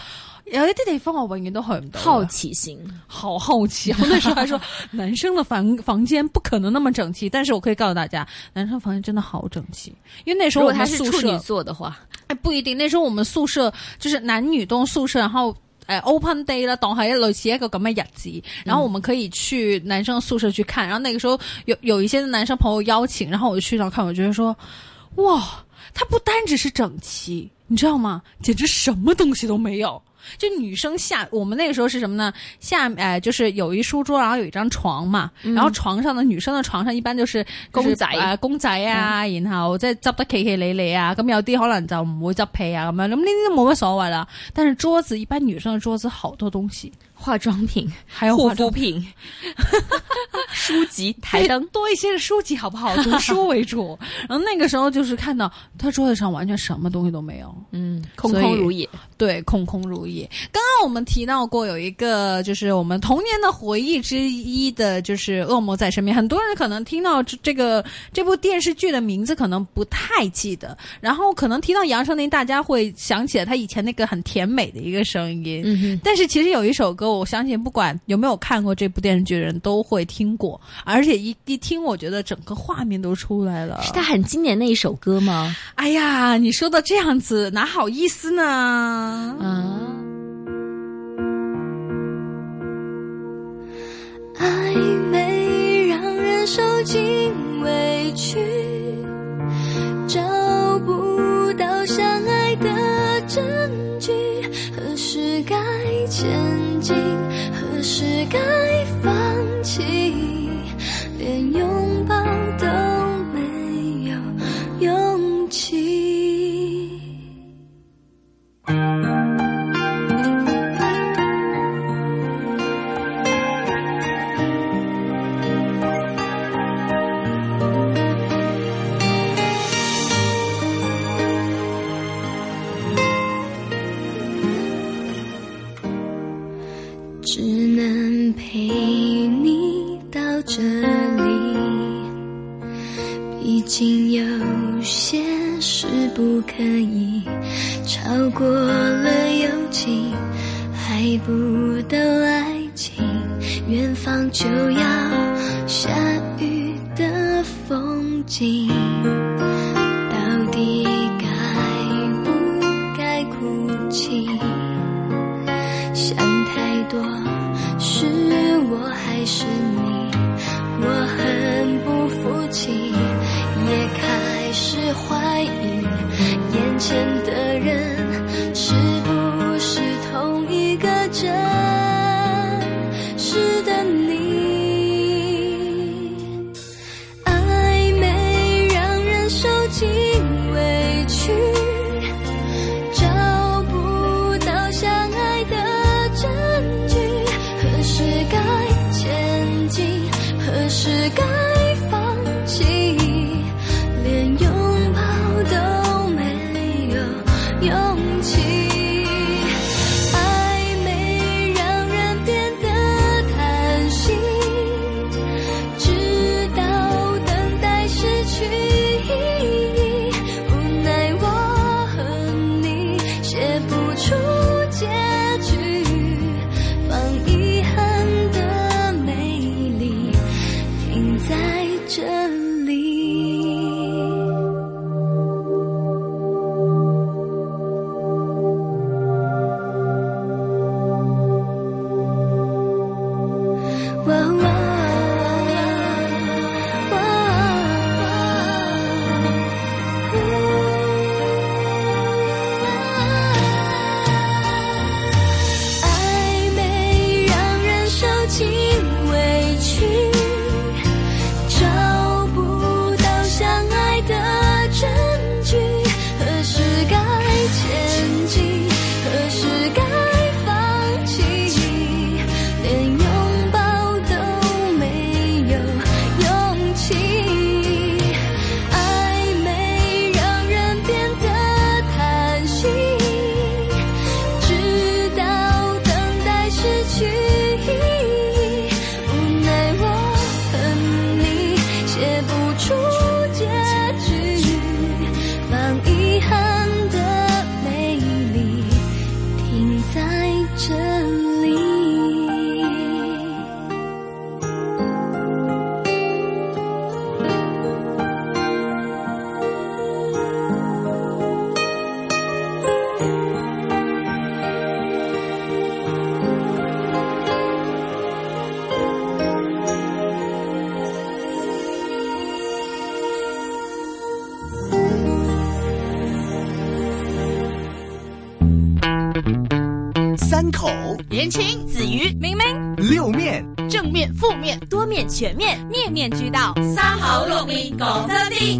有一啲地方我永遠都去唔到。 好奇心， 好好奇。我那時候還說男生的房間不可能那麼整齊，但是我可以告訴大家，男生房間真的好整齊。因為那時候我們宿舍，如果他是處女座的話，不一定。那時候我們宿舍就是男女都宿舍，然後open day 啦，當係類似一個咁嘅日子，然後我們可以去男生宿舍去看。然後那個時候有一些男生朋友邀請，然後我就去到看，我覺得說，哇，它不單只是整齊，你知道嗎？簡直什麼東西都沒有。就女生我們那個時候是什麼呢？就是有一書桌，然後有一張床嘛，然後床上的女生的床上一般就是公仔啊，然後即係執得企企理理啊，咁有啲可能就唔會執被啊咁樣，咁呢啲都冇乜所謂啦。但是桌子一般女生的桌子好多東西。 化妝品， 還有護膚品， 書籍、台燈， 多一些的書籍好不好？讀書為主。然後那個時候就是看到他桌子上完全什麼東西都沒有， 空空如也。 對，空空如也。剛剛我們提到過有一個就是我們童年的回憶之一的，就是《惡魔在身邊》。很多人可能聽到這部電視劇的名字可能不太記得，然後可能提到楊丞琳，大家會想起來他以前那個很甜美的一個聲音。但是其實有一首歌，我相信不管有沒有看過這部電視劇的人都會聽過，而且一聽我覺得整個畫面都出來了。 是他很經典的一首歌嗎？ 哎呀，你說到這樣子哪好意思呢？ 曖昧讓人受盡委屈，找不到相愛的證據，何時該前進，何時該放棄，連擁抱都沒有勇氣。只能陪你到這裡，畢竟有些事不可以超過了友情，還不到愛情，遠方就要下雨的風景，到底該不該哭泣？想太多，是我還是你？我很不服氣，也開始懷疑眼前的人是不是同一個真實的你。曖昧讓人受盡委屈，找不到相愛的證據，何時該前進，何時該放棄，連擁抱都沒有勇氣。曖昧讓人變得貪心，直到等待失去意義，無奈我和你寫不出結局，放遺憾的美麗停在這裡。曖昧讓人受盡委屈，找不到相愛的證據，何時該前進，何時該放棄，連擁抱都沒有勇氣。曖昧讓人變得貪心，直到等待失去意義，無奈我和你寫不出結局，放遺憾的美麗停在三口， 言情子瑜明明， 六面正面负面多面全面，面面俱到， 三口六面講真啲。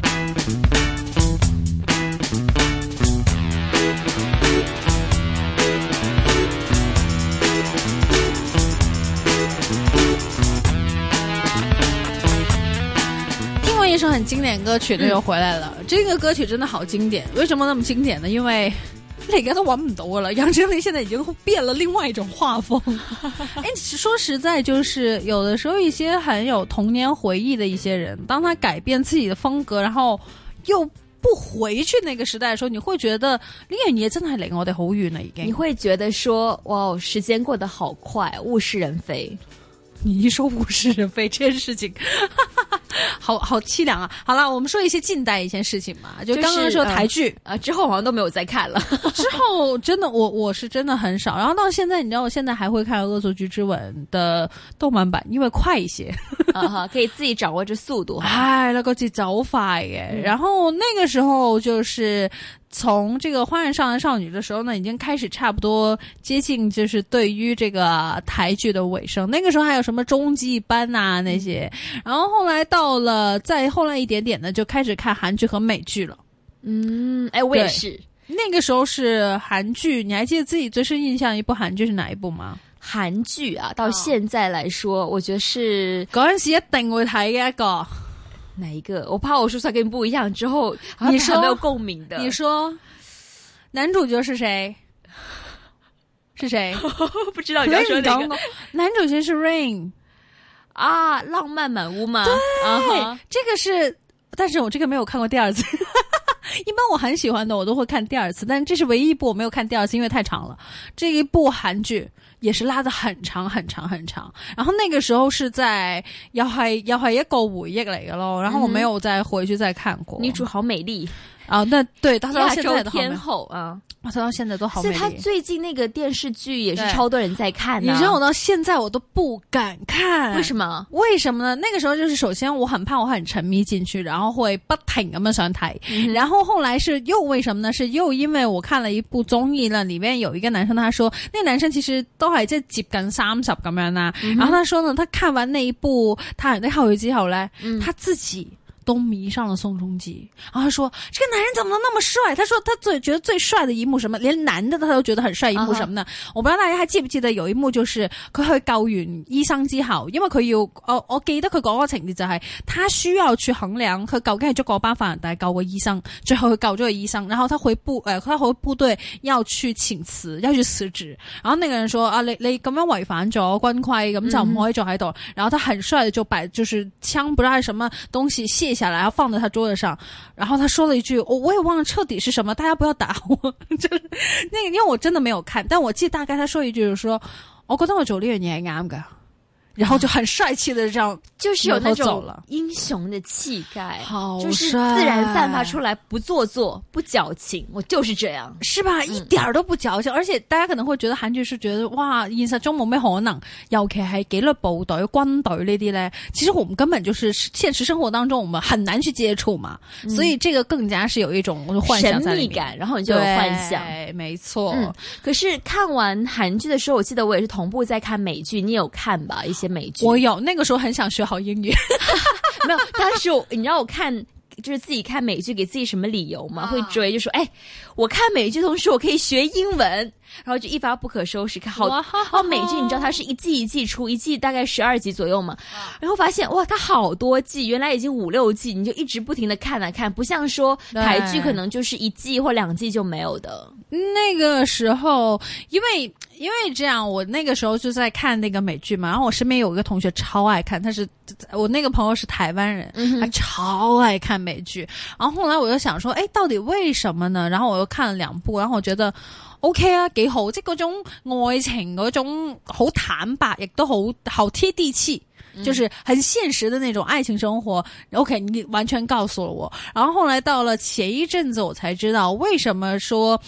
一首很经典歌曲的又回来了，这个歌曲真的好经典。为什么那么经典呢？因为你而家都揾唔到噶啦，杨丞琳现在已经变了另外一种画风。说实在，就是有的时候一些很有童年回忆的一些人，当他改变自己的风格，然后又不回去那个时代的时候，你会觉得呢樣嘢真係離我哋好遠啦，已經。 你會覺得說，哇，時間過得好快，物是人非。 你一說物是人非這件事情好凄涼啊。好了，我們說一些近代一些事情嘛，就剛剛說台劇之後好像都沒有再看了。 之後真的我是真的很少，然後到現在你知道我現在還會看惡作劇之吻的動漫版，因為快一些可以自己掌握着速度。 哎，那個節奏快耶。然後那個時候就是從這個花樣少男少女的時候呢，已經開始差不多接近就是對於這個台劇的尾聲。那個時候還有什麼終極班啊那些，然後後來到了再後來一點點呢，就開始看韓劇和美劇了。 我也是。 那個時候是韓劇，你還記得自己最深印象一部韓劇是哪一部嗎？ 韓劇啊，到現在來說，我覺得是嗰陣時一定會睇嘅一個。 哪一個？我怕我說出來跟你不一樣，之後你說很沒有共鳴的。 你說男主角是誰？是誰？ 不知道你要說哪個？ 男主角是 Rain 啊，浪漫滿屋嗎？ 對，這個是，但是我這個沒有看過第二次。一般我很喜歡的我都會看第二次，但這是唯一一部我沒有看第二次，因為太長了。這一部韓劇也是拉得很長很長很長，然後那個時候是在又係一個回憶嚟嘅咯，然後我沒有再回去再看過。 女主好美麗啊，那對，到現在都好天后啊， 我到現在都好美麗。 所以他最近那個電視劇也是超多人在看啊。 你知道我到現在我都不敢看， 為什麼？ 為什麼呢？那個時候就是首先我很怕我很沉迷進去，然後會不停咁樣想睇，然後後來是又為什麼呢？是又因為我看了一部綜藝呢，裡面有一個男生他說，那個男生其實都係即係接近30咁樣啦，然後他說呢，他看完那一部《他人的後裔》之後呢，他自己都迷上了宋仲基，然後他說這個男人怎麼能那麼帥？他說他覺得最帥的一幕什麼，連男的他都覺得很帥一幕什麼呢？我不知道大家還記不記得有一幕就是佢去救完醫生之後，因為佢要我記得佢講個情節就係他需要去衡量佢究竟係捉嗰班犯人定係救個醫生，最後佢救咗個醫生，然後他回部隊要去請辭，要去辭職，然後那個人說啊，你咁樣違反咗軍規，咁就唔可以坐喺度，然後他很帥的就就是槍不知道係什麼東西卸下來，然後放在他桌子上，然後他說了一句，我也忘了徹底是什麼，大家不要打我。就是那個，因為我真的沒有看，但我記得大概他說一句，就是說，我覺得我做呢樣嘢係啱㗎。然後就很帥氣的這樣， 就是有那種英雄的氣概， 好帥， 就是自然散發出來，不做作，不矯情，我就是這樣， 是吧？一點兒都不矯情，而且大家可能會覺得韓劇是覺得哇，現實中冇咩可能，尤其係紀律部隊、軍隊呢啲咧，其實我們根本就是現實生活當中我們很難去接觸嘛，所以這個更加是有一種幻想在裡面， 神秘感，然後你就有幻想， 沒錯。 可是看完韓劇的時候，我記得我也是同步在看美劇，你有看吧？一些美劇我有，那個時候很想學好英語。 沒有，當時你知道我看就是自己看美劇給自己什麼理由嗎？會追就說我看美劇同時我可以學英文，然後就一發不可收拾看好美劇你知道它是一季一季出，一季大概12集左右嘛，然後發現哇它好多季，原來已經5、6季，你就一直不停的看啊看，不像說台劇可能就是1季或2季就沒有的。 那個時候因為這樣，我那個時候就在看那個美劇嘛，然後我身邊有一個同學超愛看，我那個朋友是台灣人，他超愛看美劇，然後後來我就想說到底為什麼呢？然後我又看了2部，然後我覺得 OK 啊，幾好，即係嗰種愛情嗰種好坦白，亦都好貼地氣，就是很現實的那種愛情生活。OK， 你完全告訴了我。然後後來到了前一陣子，我才知道為什麼說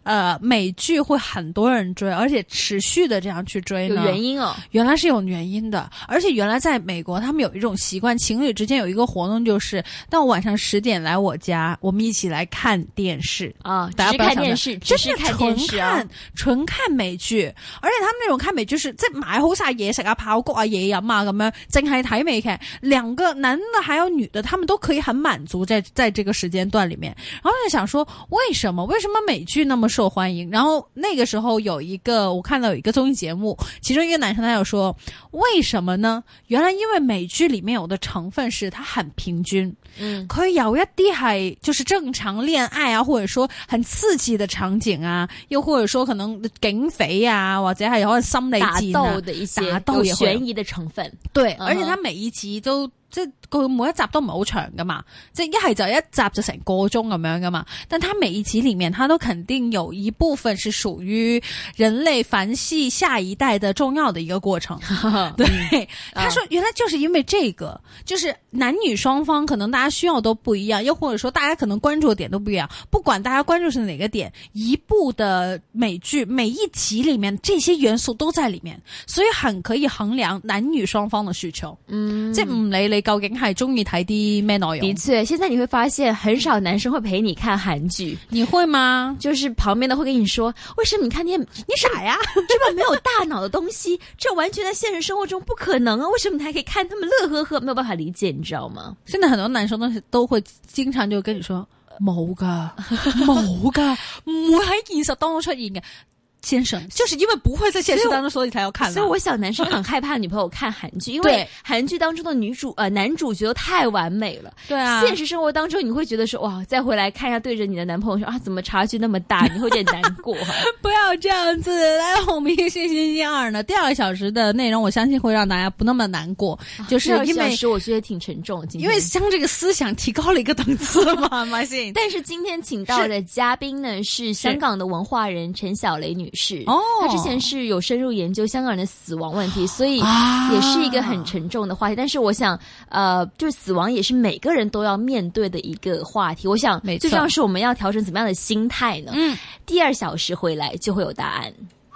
美剧会很多人追，而且持续的这样去追呢？ 有原因哦， 原来是有原因的。而且原来在美国他们有一种习惯，情侣之间有一个活动，就是到晚上10点来我家，我们一起来看电视啊， 大家不要想只看电视，只是看电视啊， 纯看美剧。而且他们那種看美劇是即係買好晒嘢食啊、爆谷啊、嘢飲啊咁樣，淨係睇美劇。兩個男的還有女的，他們都可以很滿足在這個時間段裡面。然後就想說，為什麼美劇那麼受歡迎？然後那個時候我看到有一個綜藝節目，其中一個男生他有說，為什麼呢？原來因為美劇裡面有的成分是它很平均，佢有一啲係就是正常戀愛啊，或者說很刺激的場景啊，又或者說可能警匪啊，或者係可能心理戰打鬥的一些有懸疑的成分。 對，而且它每一集都即係佢每一集都唔係好長噶嘛，即係一係就一集就成個鐘咁樣噶嘛。但它每一集裡面，它都肯定有一部分是屬於人類繁殖下一代的重要的一個過程。對，他說原來就是因為這個，就是男女雙方可能大家需要都不一樣，又或者說大家可能關注的點都不一樣。不管大家關注是哪個點，一部的美劇每一集裡面這些元素都在裡面，所以很可以衡量男女雙方的需求。即係唔理你究竟係中意睇啲咩內容。 的確，現在你會發現很少男生會陪你看韓劇， 你會嗎？ 就是旁邊的會跟你說，為什麼你看你傻呀？這麼沒有大腦的東西，這完全在現實生活中不可能啊！為什麼你還可以看他們樂呵呵？沒有辦法理解，你知道嗎？ 現在很多男生都會經常就跟你說冇㗎，冇㗎，唔會喺現實當中出現嘅。先生，就是因為不會在現實當中，所以才要看。 所以我想男生很害怕女朋友看韓劇，因為韓劇當中的男主角都太完美了。 對啊， 現實生活當中你會覺得說，哇，再回來看一下對着你的男朋友說啊，怎麼差距那麼大，你會有點難過。 不要這樣子。來，我們星期二呢，第2個小時的內容，我相信會讓大家不那麼難過。就是因為我覺得挺沉重， 因為將這個思想提高了一個檔次嘛，係咪先？ 但是今天請到的嘉賓呢，是香港的文化人陳小雷女士。 哦， 她之前是有深入研究香港人的死亡問題，所以也是一個很沉重的話題。但是我想，就是死亡也是每個人都要面對的一個話題。我想，最重要是我們要調整怎麼樣的心態呢？第2小時回來就會有答案。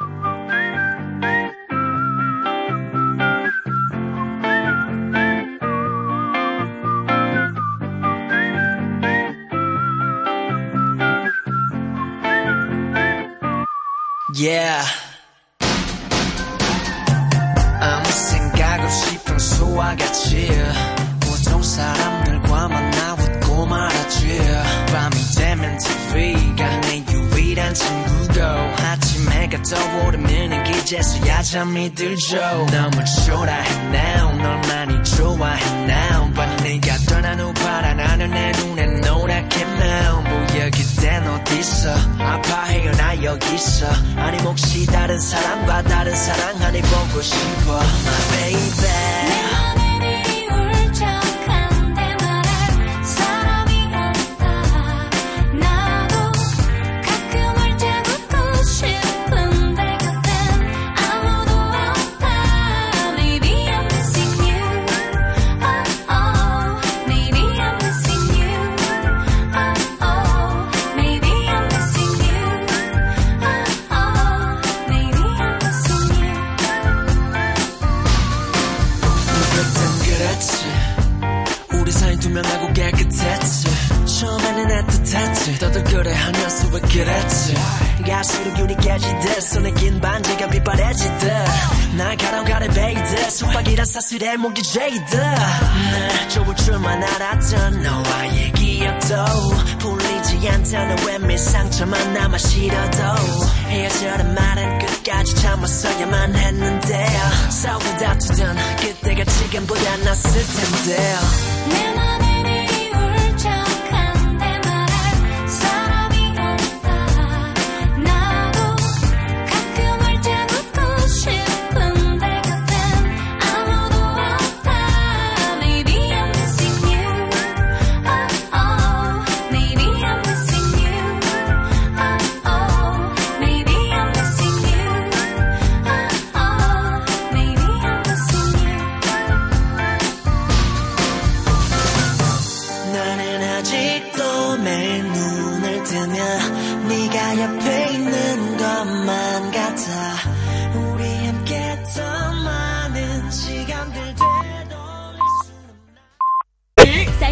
Yeah. 아무 생각 없이 평소와 같이 보통 사람들과 만나 웃고 말았지. 밤이 되면 TV가 내 유일한 친구고 아침에가 떠오르면 이제서야 잠이 들죠. 너무 초라해 now 널 많이 좋아해 now 밤이 내가 떠난 후 파란 하늘 내 눈에 노랗게 now 뭐야 그땐 어딨어 아파해요 나 여기 있어 아니 혹시 다른 사람과 다른 사랑 아니 보고 싶어 My baby 투명하고 깨끗했지 처음에는 애틋했지 떠들거려 하면서 왜 그랬지 갈수록 유리까지 됐어 내긴 반지가 빛바래지듯 날 가라가래 베이듯 속박이란 사슬에 목이 죄이듯 날 좋을 줄만 알았던 너와의 기억도 풀리지 않다는 외면 상처만 남아 싫어도 헤어져란 말은 끝까지 참았어야만 했는데 싸우고 다투던 그때가 지금보다 낫을 텐데 내 맘에 이유를 척한데 말할 사람이 없다 나도 가끔 울 때 웃고 싶은데 그땐 아무도 없다 Maybe I'm missing you oh, oh. Maybe I'm missing you oh, oh. Maybe I'm missing you oh, oh. Maybe I'm missing you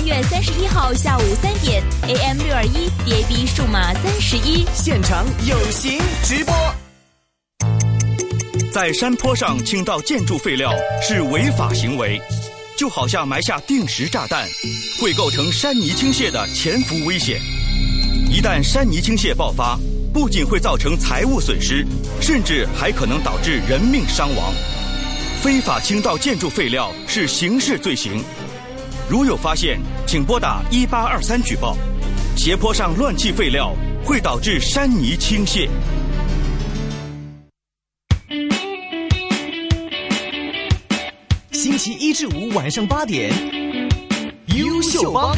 月31号下午3点 AM621 DAB 数码31 现场有形直播。 在山坡上倾倒建筑废料是违法行为，就好像埋下定时炸弹，会构成山泥倾泻的潜伏危险。一旦山泥倾泻爆发，不仅会造成财物损失，甚至还可能导致人命伤亡。非法倾倒建筑废料是刑事罪行，如有发现，请拨打1823举报。斜坡上乱弃废料会导致山泥倾泻。 星期1至5晚上8点，优秀帮。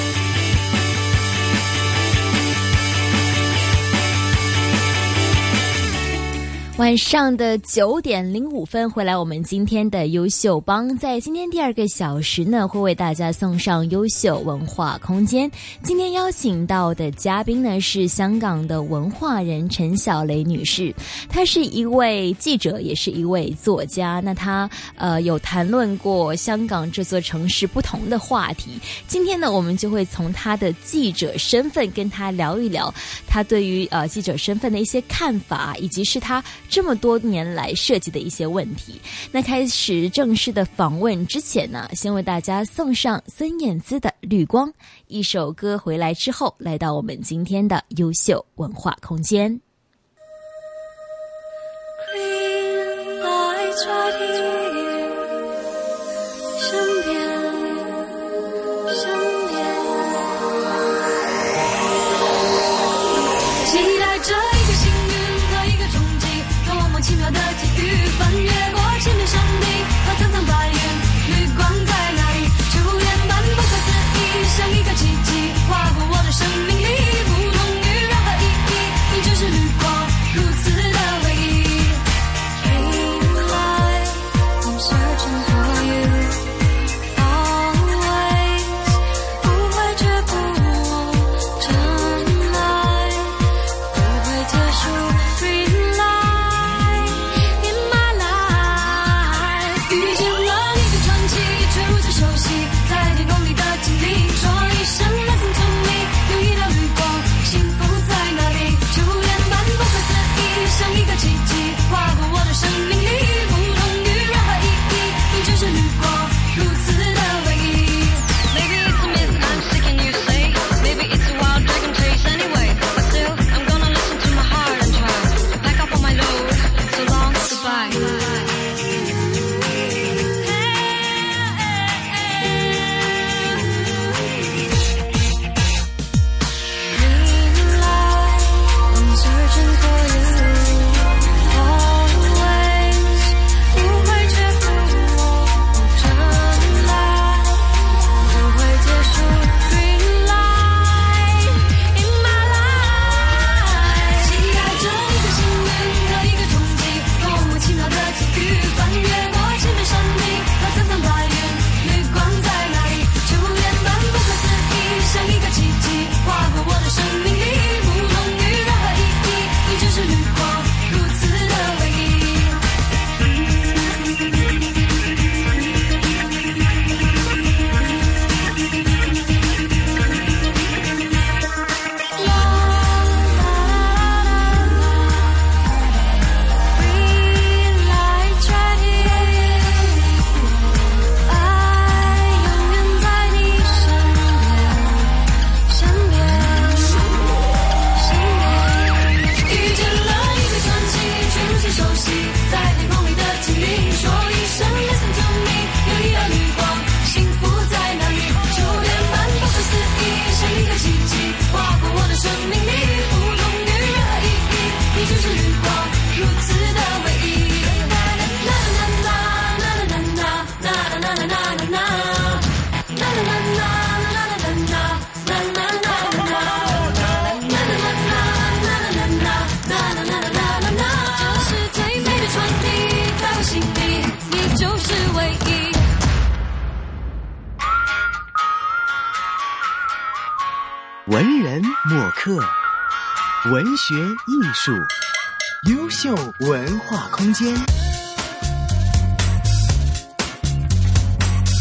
晚上的9点05分，回来我们今天的优秀帮。在今天第2个小时呢，会为大家送上优秀文化空间。今天邀请到的嘉宾呢，是香港的文化人陈小蕾女士。她是一位记者，也是一位作家。那她有谈论过香港这座城市不同的话题。今天呢，我们就会从她的记者身份跟她聊一聊她对于记者身份的一些看法，以及是她这么多年来涉及的一些问题。那开始正式的访问之前呢，先为大家送上孙燕姿的《绿光》一首歌，回来之后来到我们今天的优秀文化空间。 Green lights right here， 身边期待着一个幸运和一个冲击，多么奇妙的际遇，翻越过千面山顶和层层白云，绿光在哪里？初恋般不可思议，像一个奇迹划过我的生命里，不同于任何意义，你就是绿光，如此的唯一。Green light, I'm searching for you, always 不会却步我真爱，不会结束。Green light in my life， 遇见了你的传奇，却如此熟悉，在天空里的经历，说一声 Listen to me， 有一道绿光，幸福在哪里？初恋般不可思议，像一个奇迹划过我的生命里，不同于任何意义，你就是绿光，如此的唯一。Maybe it's a myth I'm sick and you say, maybe it's a wild dragon chase anyway, but still I'm gonna listen to my heart and try to pack up all my load. So long, goodbye. Green light, I'm searching for you, always 不会却步我真爱，不会结束。Green light in my life， 期待着一个幸运和一个冲击，多么奇妙的际遇，翻越过千面山顶和层层白云，绿光在哪里？初恋般不可思议，像一个奇迹划过我的生命里，不同于任何意义，你就是绿光，如此的唯一。Green lights right here， 爱永远在你身边，遇见了一个传奇，却如此熟悉，在天空里的精灵，说一声 Listen to me， 有一道绿光，幸福在哪里？初恋般不可思议，像一个奇迹划过我的生命里，不同于任何意义，你就是绿光，如此的唯一。啦啦啦啦啦啦啦啦啦啦啦啦啦这是最美的传递，在我心里，你就是唯一。 文人墨客，文学艺术，优秀文化空间。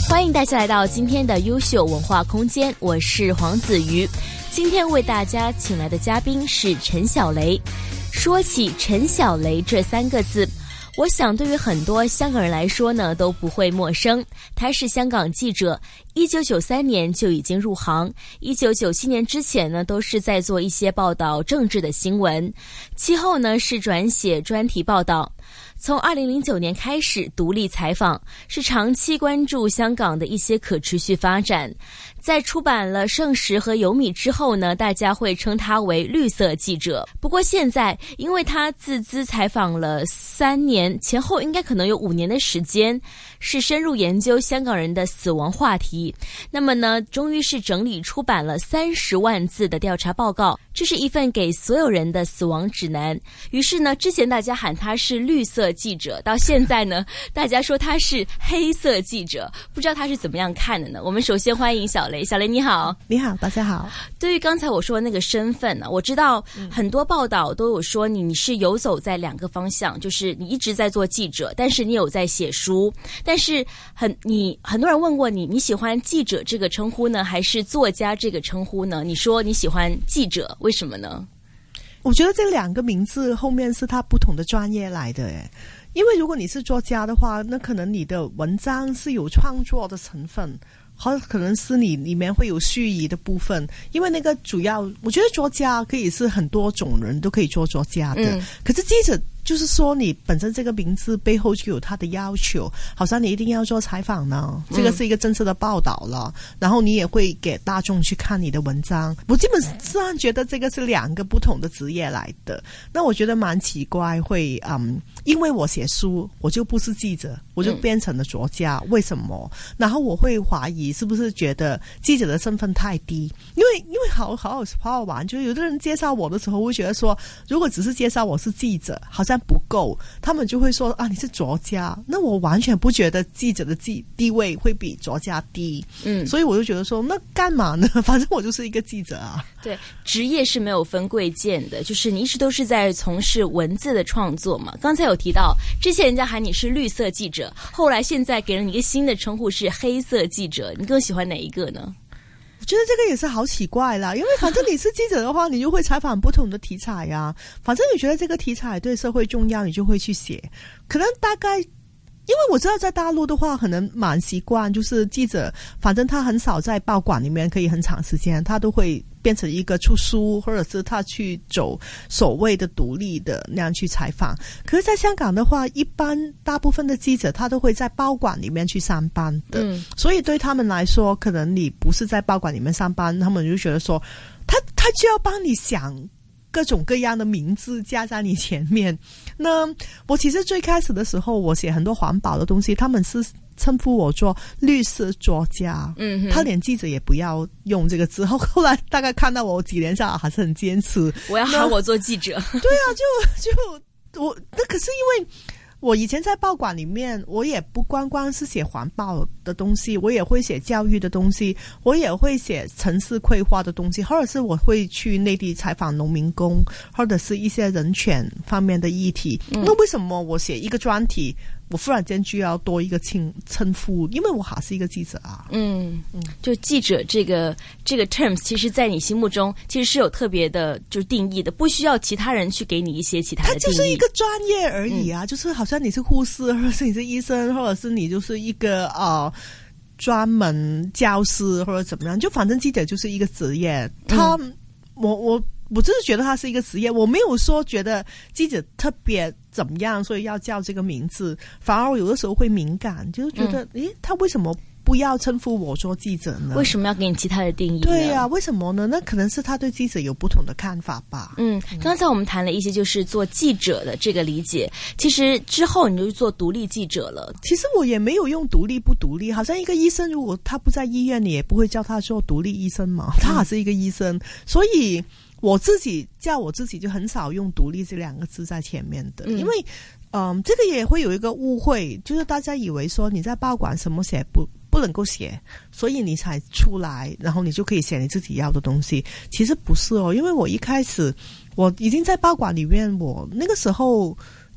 欢迎大家来到今天的优秀文化空间，我是黄子瑜。今天为大家请来的嘉宾是陈小雷。说起陈小雷这3个字，我想对于很多香港人来说呢都不会陌生。他是香港记者，1993年就已经入行，1997年之前呢都是在做一些报道政治的新闻，其后呢是转写专题报道。从2009年开始独立采访，是长期关注香港的一些可持续发展。在出版了《盛世》和《有米》之后呢，大家会称他为绿色记者。不过现在，因为他自资采访了3年，前后应该可能有5年的时间，是深入研究香港人的死亡话题。那么呢，终于是整理出版了30万字的调查报告，这是一份给所有人的死亡指南。于是呢，之前大家喊他是绿色记者，到现在呢，大家说他是黑色记者，不知道他是怎么样看的呢？我们首先欢迎小雷。小雷你好。 你好，大家好。 对于刚才我说的那个身份呢，我知道很多报道都有说你是游走在2个方向，就是你一直在做记者，但是你有在写书。但是很多人问过你喜欢记者这个称呼呢，还是作家这个称呼呢？你说你喜欢记者，为什么呢？ 我觉得这2个名字后面是他不同的专业来的耶。因为如果你是作家的话，那可能你的文章是有创作的成分，或者可能是你里面会有叙疑的部分。因为那个主要，我觉得作家可以是很多种人都可以做作家的，可是记者就是说你本身这个名字背后就有它的要求，好像你一定要做采访呢，这个是一个真实的报道了，然后你也会给大众去看你的文章。我基本上觉得这个是2个不同的职业来的。那我觉得蛮奇怪，会因为我写书我就不是记者，我就变成了作家，为什么？然后我会怀疑是不是觉得记者的身份太低，因为好好玩，就是有的人介绍我的时候会觉得说，如果只是介绍我是记者好像不够，他们就会说啊你是作家，那我完全不觉得记者的地位会比作家低。所以我就觉得说那干嘛呢？反正我就是一个记者啊。 对，职业是没有分贵贱的，就是你一直都是在从事文字的创作嘛。刚才有提到之前人家喊你是绿色记者，后来现在给了你一个新的称呼是黑色记者，你更喜欢哪一个呢？ 我觉得这个也是好奇怪啦，因为反正你是记者的话你就会采访不同的题材呀，反正你觉得这个题材对社会重要你就会去写。可能大概因为我知道在大陆的话可能蛮习惯，就是记者反正他很少在报馆里面可以很长时间，他都会变成一个出书，或者是他去走所谓的独立的那样去采访。可是在香港的话，一般大部分的记者他都会在报馆里面去上班的，所以对他们来说可能你不是在报馆里面上班，他们就觉得说他就要帮你想各种各样的名字加在你前面。那我其实最开始的时候我写很多环保的东西，他们是称呼我做绿色作家，他连记者也不要用这个字。后来大概看到我几年下来还是很坚持， 我要喊我做记者。 对啊，就我那可是因为我以前在报馆里面，我也不光是写环保的东西，我也会写教育的东西，我也会写城市规划的东西，或者是我会去内地采访农民工，或者是一些人权方面的议题。那为什么我写一个专题我忽然间就要多一个称呼？因为我还是一个记者啊。 就记者这个 terms 其实在你心目中其实是有特别的就是定义的，不需要其他人去给你一些其他的定义， 它就是一个专业而已啊。就是好像你是护士，或者是你是医生，或者是你就是一个专门教师或者怎么样，就反正记者就是一个职业。我真是觉得他是一个职业，我没有说觉得记者特别怎么样，所以要叫这个名字。反而我有的时候会敏感，就是觉得，他为什么不要称呼我做记者呢？ 为什么要给你其他的定义呢？ 对啊，为什么呢？那可能是他对记者有不同的看法吧。 刚才我们谈了一些就是做记者的这个理解，其实之后你就做独立记者了。 其实我也没有用独立不独立，好像一个医生如果他不在医院，你也不会叫他做独立医生嘛，他还是一个医生。所以我自己叫我自己就很少用独立这2个字在前面的，因为这个也会有一个误会，就是大家以为说你在报馆什么写不能够写，所以你才出来，然后你就可以写你自己要的东西。其实不是哦，因为我一开始我已经在报馆里面，我那个时候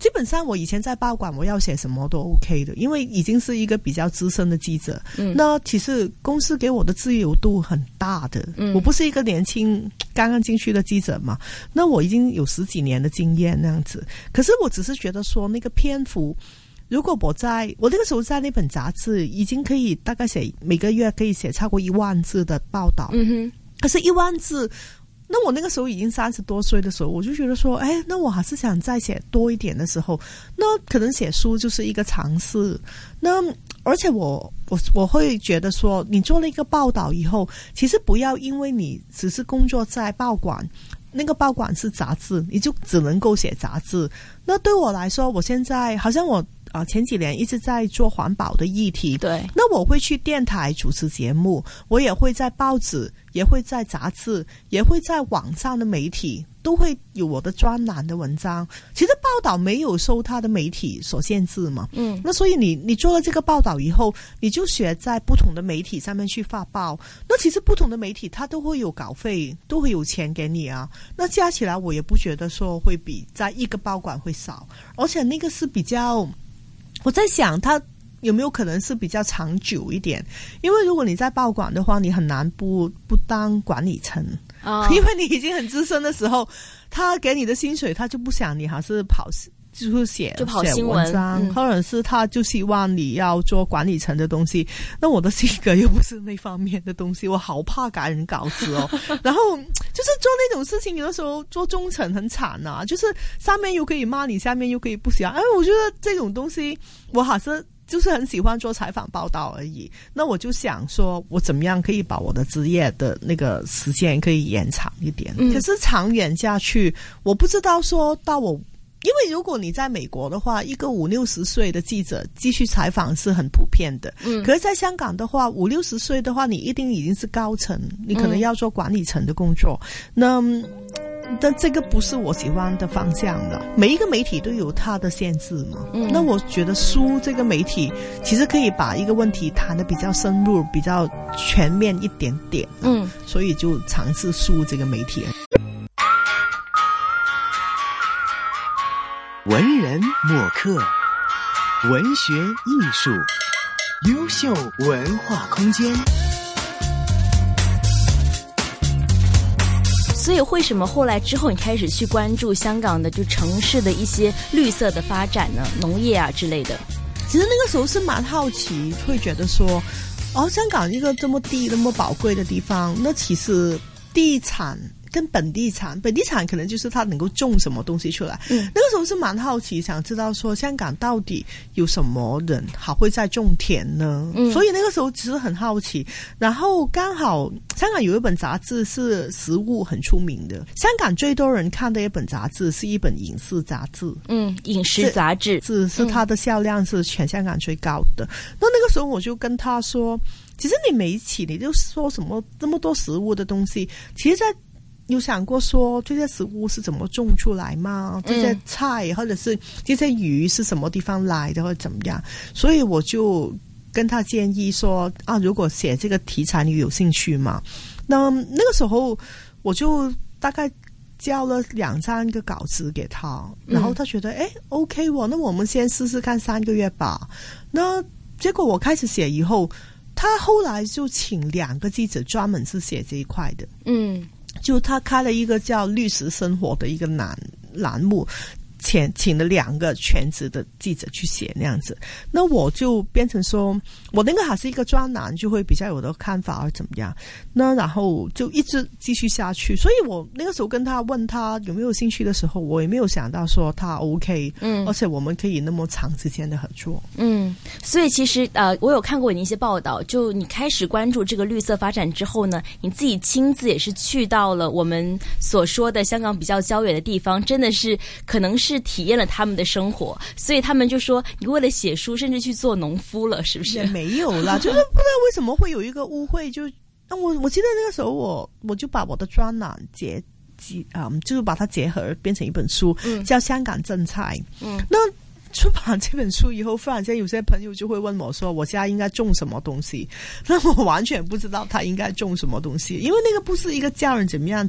基本上我以前在报馆我要写什么都 OK 的，因为已经是一个比较资深的记者。那其实公司给我的自由度很大的，我不是一个年轻刚刚进去的记者嘛，那我已经有10几年的经验那样子。可是我只是觉得说那个篇幅，如果我那个时候在那本杂志已经可以大概每个月可以写超过1万字的报道，可是1万字，那我那个时候已经30多岁的时候，我就觉得说，那我还是想再写多一点的时候，那可能写书就是一个尝试。那而且我会觉得说，你做了一个报道以后，其实不要因为你只是工作在报馆，那个报馆是杂志，你就只能够写杂志。那对我来说，我现在好像我前几年一直在做环保的议题，对，那我会去电台主持节目，我也会在报纸，也会在杂志，也会在网上的媒体，都会有我的专栏的文章。其实报道没有受它的媒体所限制嘛，那所以你做了这个报道以后，你就选在不同的媒体上面去发报，那其实不同的媒体它都会有稿费，都会有钱给你啊，那加起来我也不觉得说会比在一个报馆会少，而且那个是比较，我在想它有没有可能是比较长久一点，因为如果你在报馆的话，你很难不当管理层，因为你已经很资深的时候，他给你的薪水他就不想你还是就是写新闻文章，或者是他就希望你要做管理层的东西。那我的性格又不是那方面的东西，我好怕改人稿子哦。然后就是做那种事情，有的时候做中层很惨啊，就是上面又可以骂你，下面又可以不喜欢。我觉得这种东西我还是就是很喜欢做采访报道而已。那我就想说，我怎么样可以把我的职业的那个时间可以延长一点。可是长远下去，我不知道说到因为如果你在美国的话，一个50-60岁的记者继续采访是很普遍的。可是在香港的话，50-60岁的话，你一定已经是高层，你可能要做管理层的工作。但这个不是我喜欢的方向了。每一个媒体都有它的限制嘛。那我觉得书这个媒体其实可以把一个问题谈得比较深入，比较全面一点点。所以就尝试书这个媒体。 文人墨客，文学艺术，优秀文化空间。 所以为什么后来之后你开始去关注香港的就城市的一些绿色的发展呢？农业啊之类的。 其实那个时候是蛮好奇，会觉得说，香港一个这么地那么宝贵的地方，那其实地产跟本地产可能就是它能够种什么东西出来。那个时候是蛮好奇，想知道说香港到底有什么人还会在种田呢？所以那个时候其实很好奇。然后刚好香港有一本杂志是食物很出名的，香港最多人看的一本杂志是一本饮食杂志。 饮食杂志是它的销量是全香港最高的。那个时候我就跟他说，其实你每一期你就说什么这么多食物的东西，其实在有想过说这些食物是怎么种出来吗？这些菜或者是这些鱼是什么地方来的或者怎么样？所以我就跟他建议说如果写这个题材你有兴趣吗？那个时候我就大概交了2-3个稿子给他，然后他觉得OK 那我们先试试看3个月吧。那结果我开始写以后，他后来就请2个记者专门是写这一块的。就他开了一个叫绿食生活的一个栏目，请了2个全职的记者去写那样子。那我就变成说，我那个还是一个专栏，就会比较有的看法而怎么样。那然后就一直继续下去。所以我那个时候跟他问他有没有兴趣的时候，我也没有想到说他 OK，而且我们可以那么长时间的合作。 所以其实我有看过你一些报道，就你开始关注这个绿色发展之后呢，你自己亲自也是去到了我们所说的香港比较郊远的地方，真的是可能是体验了他们的生活，所以他们就说你为了写书甚至去做农夫了，是不是？ 也没有啦，就是不知道为什么会有一个误会，就我记得那个时候我就把我的专栏就是把它结合变成一本书，叫《香港正菜》。那出版这本书以后，忽然间有些朋友就会问我说，我家应该种什么东西？那我完全不知道他应该种什么东西，因为那个不是一个教人怎么样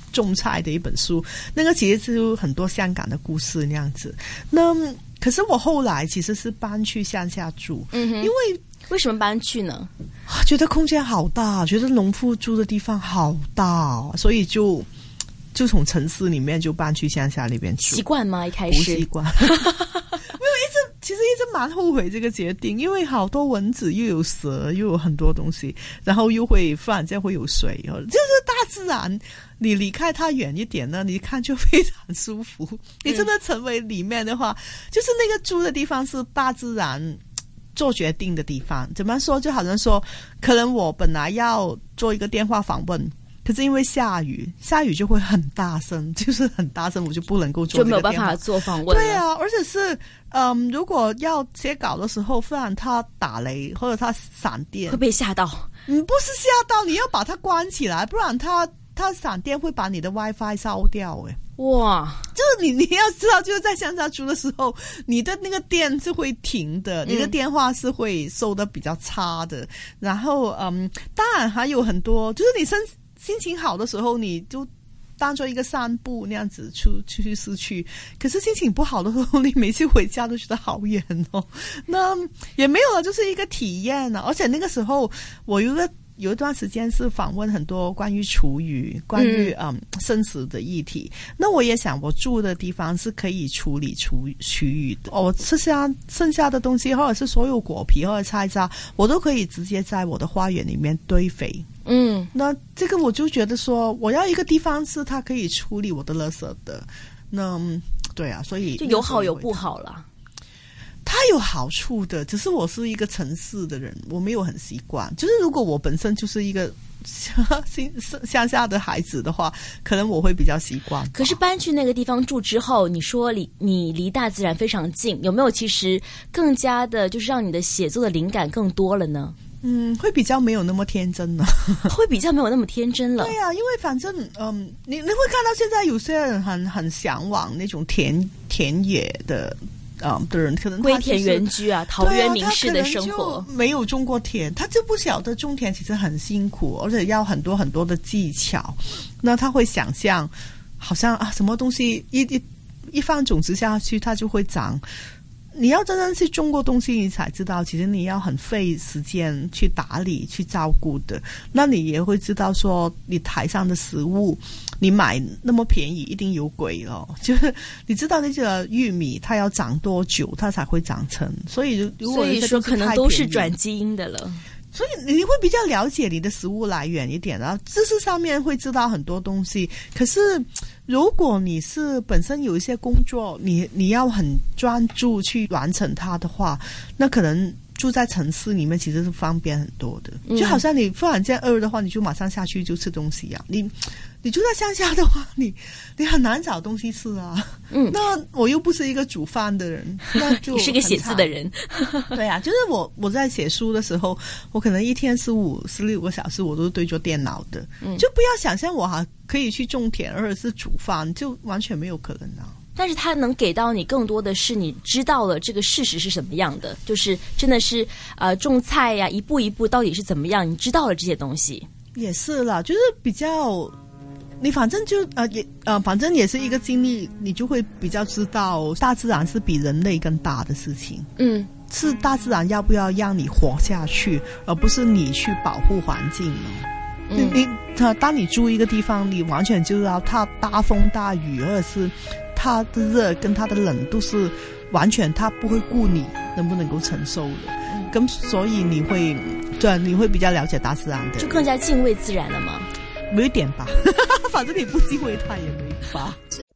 种菜的一本书，那个其实就很多香港的故事那样子。那可是我后来其实是搬去乡下住，因为什么搬去呢？ 觉得空间好大，觉得农夫住的地方好大，所以就从城市里面就搬去乡下那边住。 习惯吗？一开始不习惯。其实一直蛮后悔这个决定，因为好多蚊子，又有蛇，又有很多东西，然后又会忽然间会有水，就是大自然，你离开它远一点呢，你看就非常舒服。你真的成为里面的话，就是那个住的地方是大自然做决定的地方。怎么说？就好像说，可能我本来要做一个电话访问，可是因为下雨就会很大声，就是很大声，我就不能够做这个电话， 就没有办法做访问了。 对啊，而且是如果要写稿的时候，忽然他打雷或者他闪电， 会被吓到。 不是吓到，你要把它关起来，不然它闪电会把你的 WiFi 烧掉。 哇， 就是你要知道，就是在乡下住的时候，你的那个电是会停的，你的电话是会收的比较差的。然后当然还有很多，就是你心情好的时候，你就当做一个散步那样子出去市区。可是心情不好的时候，你每次回家都觉得好远哦。那也没有了，就是一个体验了。而且那个时候我有一段时间是访问很多关于厨余、关于生死的议题。那我也想，我住的地方是可以处理厨余的。我吃下剩下的东西，或者是所有果皮或者菜渣，我都可以直接在我的花园里面堆肥。那这个我就觉得说，我要一个地方是它可以处理我的垃圾的。那对啊，所以就有好有不好啦。 它有好处的，只是我是一个城市的人，我没有很习惯。就是如果我本身就是一个乡下的孩子的话，可能我会比较习惯。 可是搬去那个地方住之后，你说你离大自然非常近，有没有其实更加的，就是让你的写作的灵感更多了呢？ 会比较没有那么天真了。 会比较没有那么天真了。 对啊，因为反正你会看到现在有些人很向往那种田野的人，可能归田园居啊，陶渊明式的生活， 没有种过田，他就不晓得种田其实很辛苦，而且要很多很多的技巧。那他会想象，好像什么东西一放种子下去，它就会长。你要真正去种过东西，你才知道，其实你要很费时间去打理、去照顾的。那你也会知道说，你台上的食物，你买那么便宜，一定有鬼哦。就是你知道那个玉米，它要长多久，它才会长成。所以说可能都是转基因的了。 所以你会比较了解你的食物来源一点，然后知识上面会知道很多东西。可是如果你是本身有一些工作，你要很专注去完成它的话，那可能住在城市里面其实是方便很多的。就好像你忽然间饿的话，你就马上下去就吃东西啊。你住在乡下的话，你很难找东西吃啊。那我又不是一个煮饭的人，那就你是个写字的人。 对啊，就是我在写书的时候，我可能一天15-16个小时我都对着电脑的。就不要想象我还可以去种田或者是煮饭，就完全没有可能啊。 但是它能给到你更多的是你知道了这个事实是什么样的，就是真的是种菜呀，一步一步到底是怎么样，你知道了这些东西。 也是啦，就是比较你反正就反正也是一个经历，你就会比较知道大自然是比人类更大的事情。是大自然要不要让你活下去，而不是你去保护环境呢。当你住一个地方，你完全就要它大风大雨，或者是它的热跟它的冷都是完全它不会顾你能不能够承受的。所以你会比较了解大自然的， 就更加敬畏自然了吗？ 有一点吧。反正你不敬畏它也没法。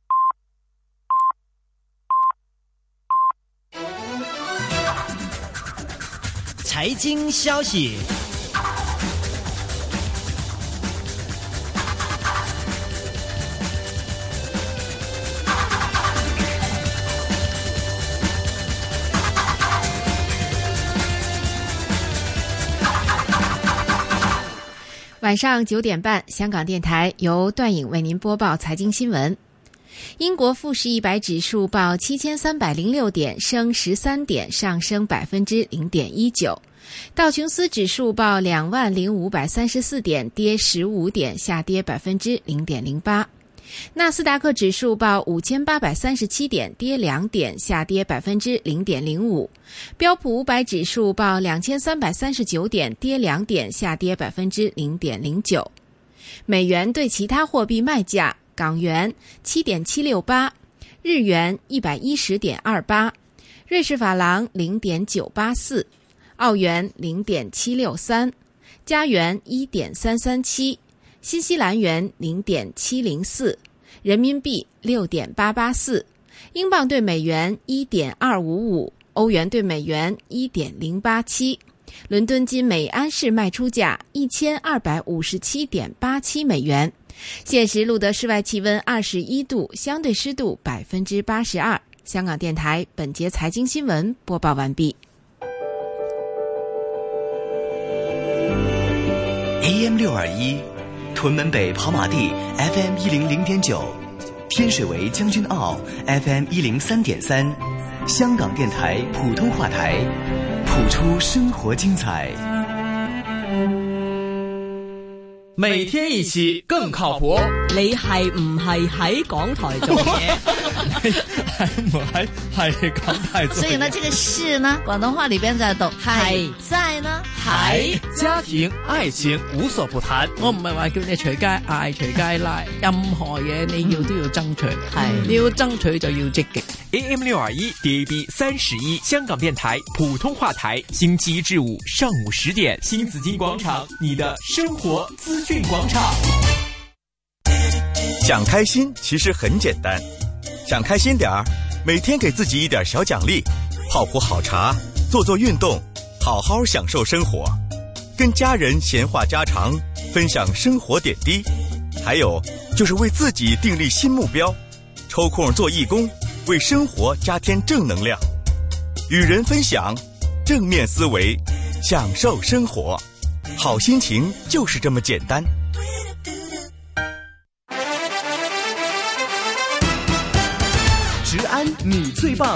财经消息， 晚上9点半，香港电台由段颖为您播报财经新闻。英国富时100指数报7306点，升13点，上升0.19%。道琼斯指数报20534点，跌15点，下跌0.08%。 纳斯达克指数报5837点，跌2点，下跌0.05%。标普500指数报2339点，跌2点，下跌0.09%。美元对其他货币卖价：港元7.768，日元110.28，瑞士法郎0.984，澳元0.763，加元1.337，新西兰元0.704，人民币6.884，英镑对美元1.255，欧元对美元1.087。伦敦金每安士卖出价1257.87美元。现时录得室外气温21度，相对湿度82%。香港电台本节财经新闻播报完毕。 AM621，屯门北跑马地 FM100.9，天水围将军澳 FM103.3，香港电台普通话台，谱出生活精彩。 每天一期更靠譜。 你係唔係喺港台做嘢？ 你係唔係港台做嘢？ 所以呢，這個是呢，廣東話裏邊在讀係，在呢係。 家庭愛情無所不談。 我唔係話叫你隨街嗌隨街拉，任何嘢你要都要爭取。 係， 你要爭取就要積極。 AM621 DAB 31，香港電台普通話台，星期一至五上午10點，新紫荊廣場，你的生活資訊廣場。 想開心其實很簡單，想開心點兒，每天給自己一點小獎勵，泡壺好茶，做運動，好好享受生活，跟家人閒話家常，分享生活點滴，還有就是為自己訂立新目標，抽空做義工，為生活加添正能量，與人分享，正面思維，享受生活，好心情就是這麼簡單。 職安你最棒。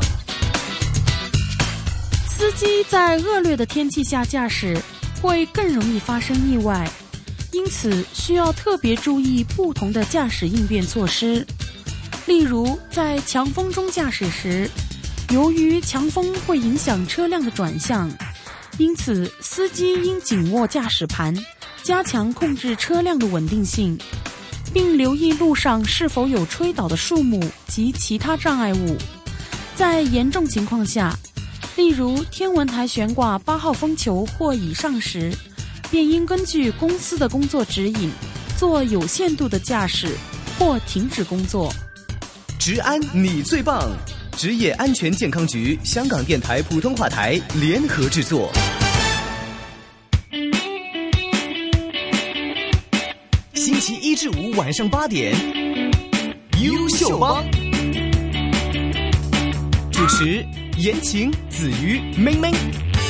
司機在惡劣的天氣下駕駛會更容易發生意外，因此需要特別注意不同的駕駛應變措施。例如在強風中駕駛時，由於強風會影響車輛的轉向，因此司機應緊握駕駛盤，加強控制車輛的穩定性，並留意路上是否有吹倒的樹木及其他障礙物。在嚴重情況下，例如天文台懸掛8號風球或以上時，便應根據公司的工作指引，做有限度的駕駛或停止工作。 職安你最棒，職業安全健康局、香港電台普通話台聯合製作。星期一至五晚上8點，優秀幫主持言情、子瑜、明明。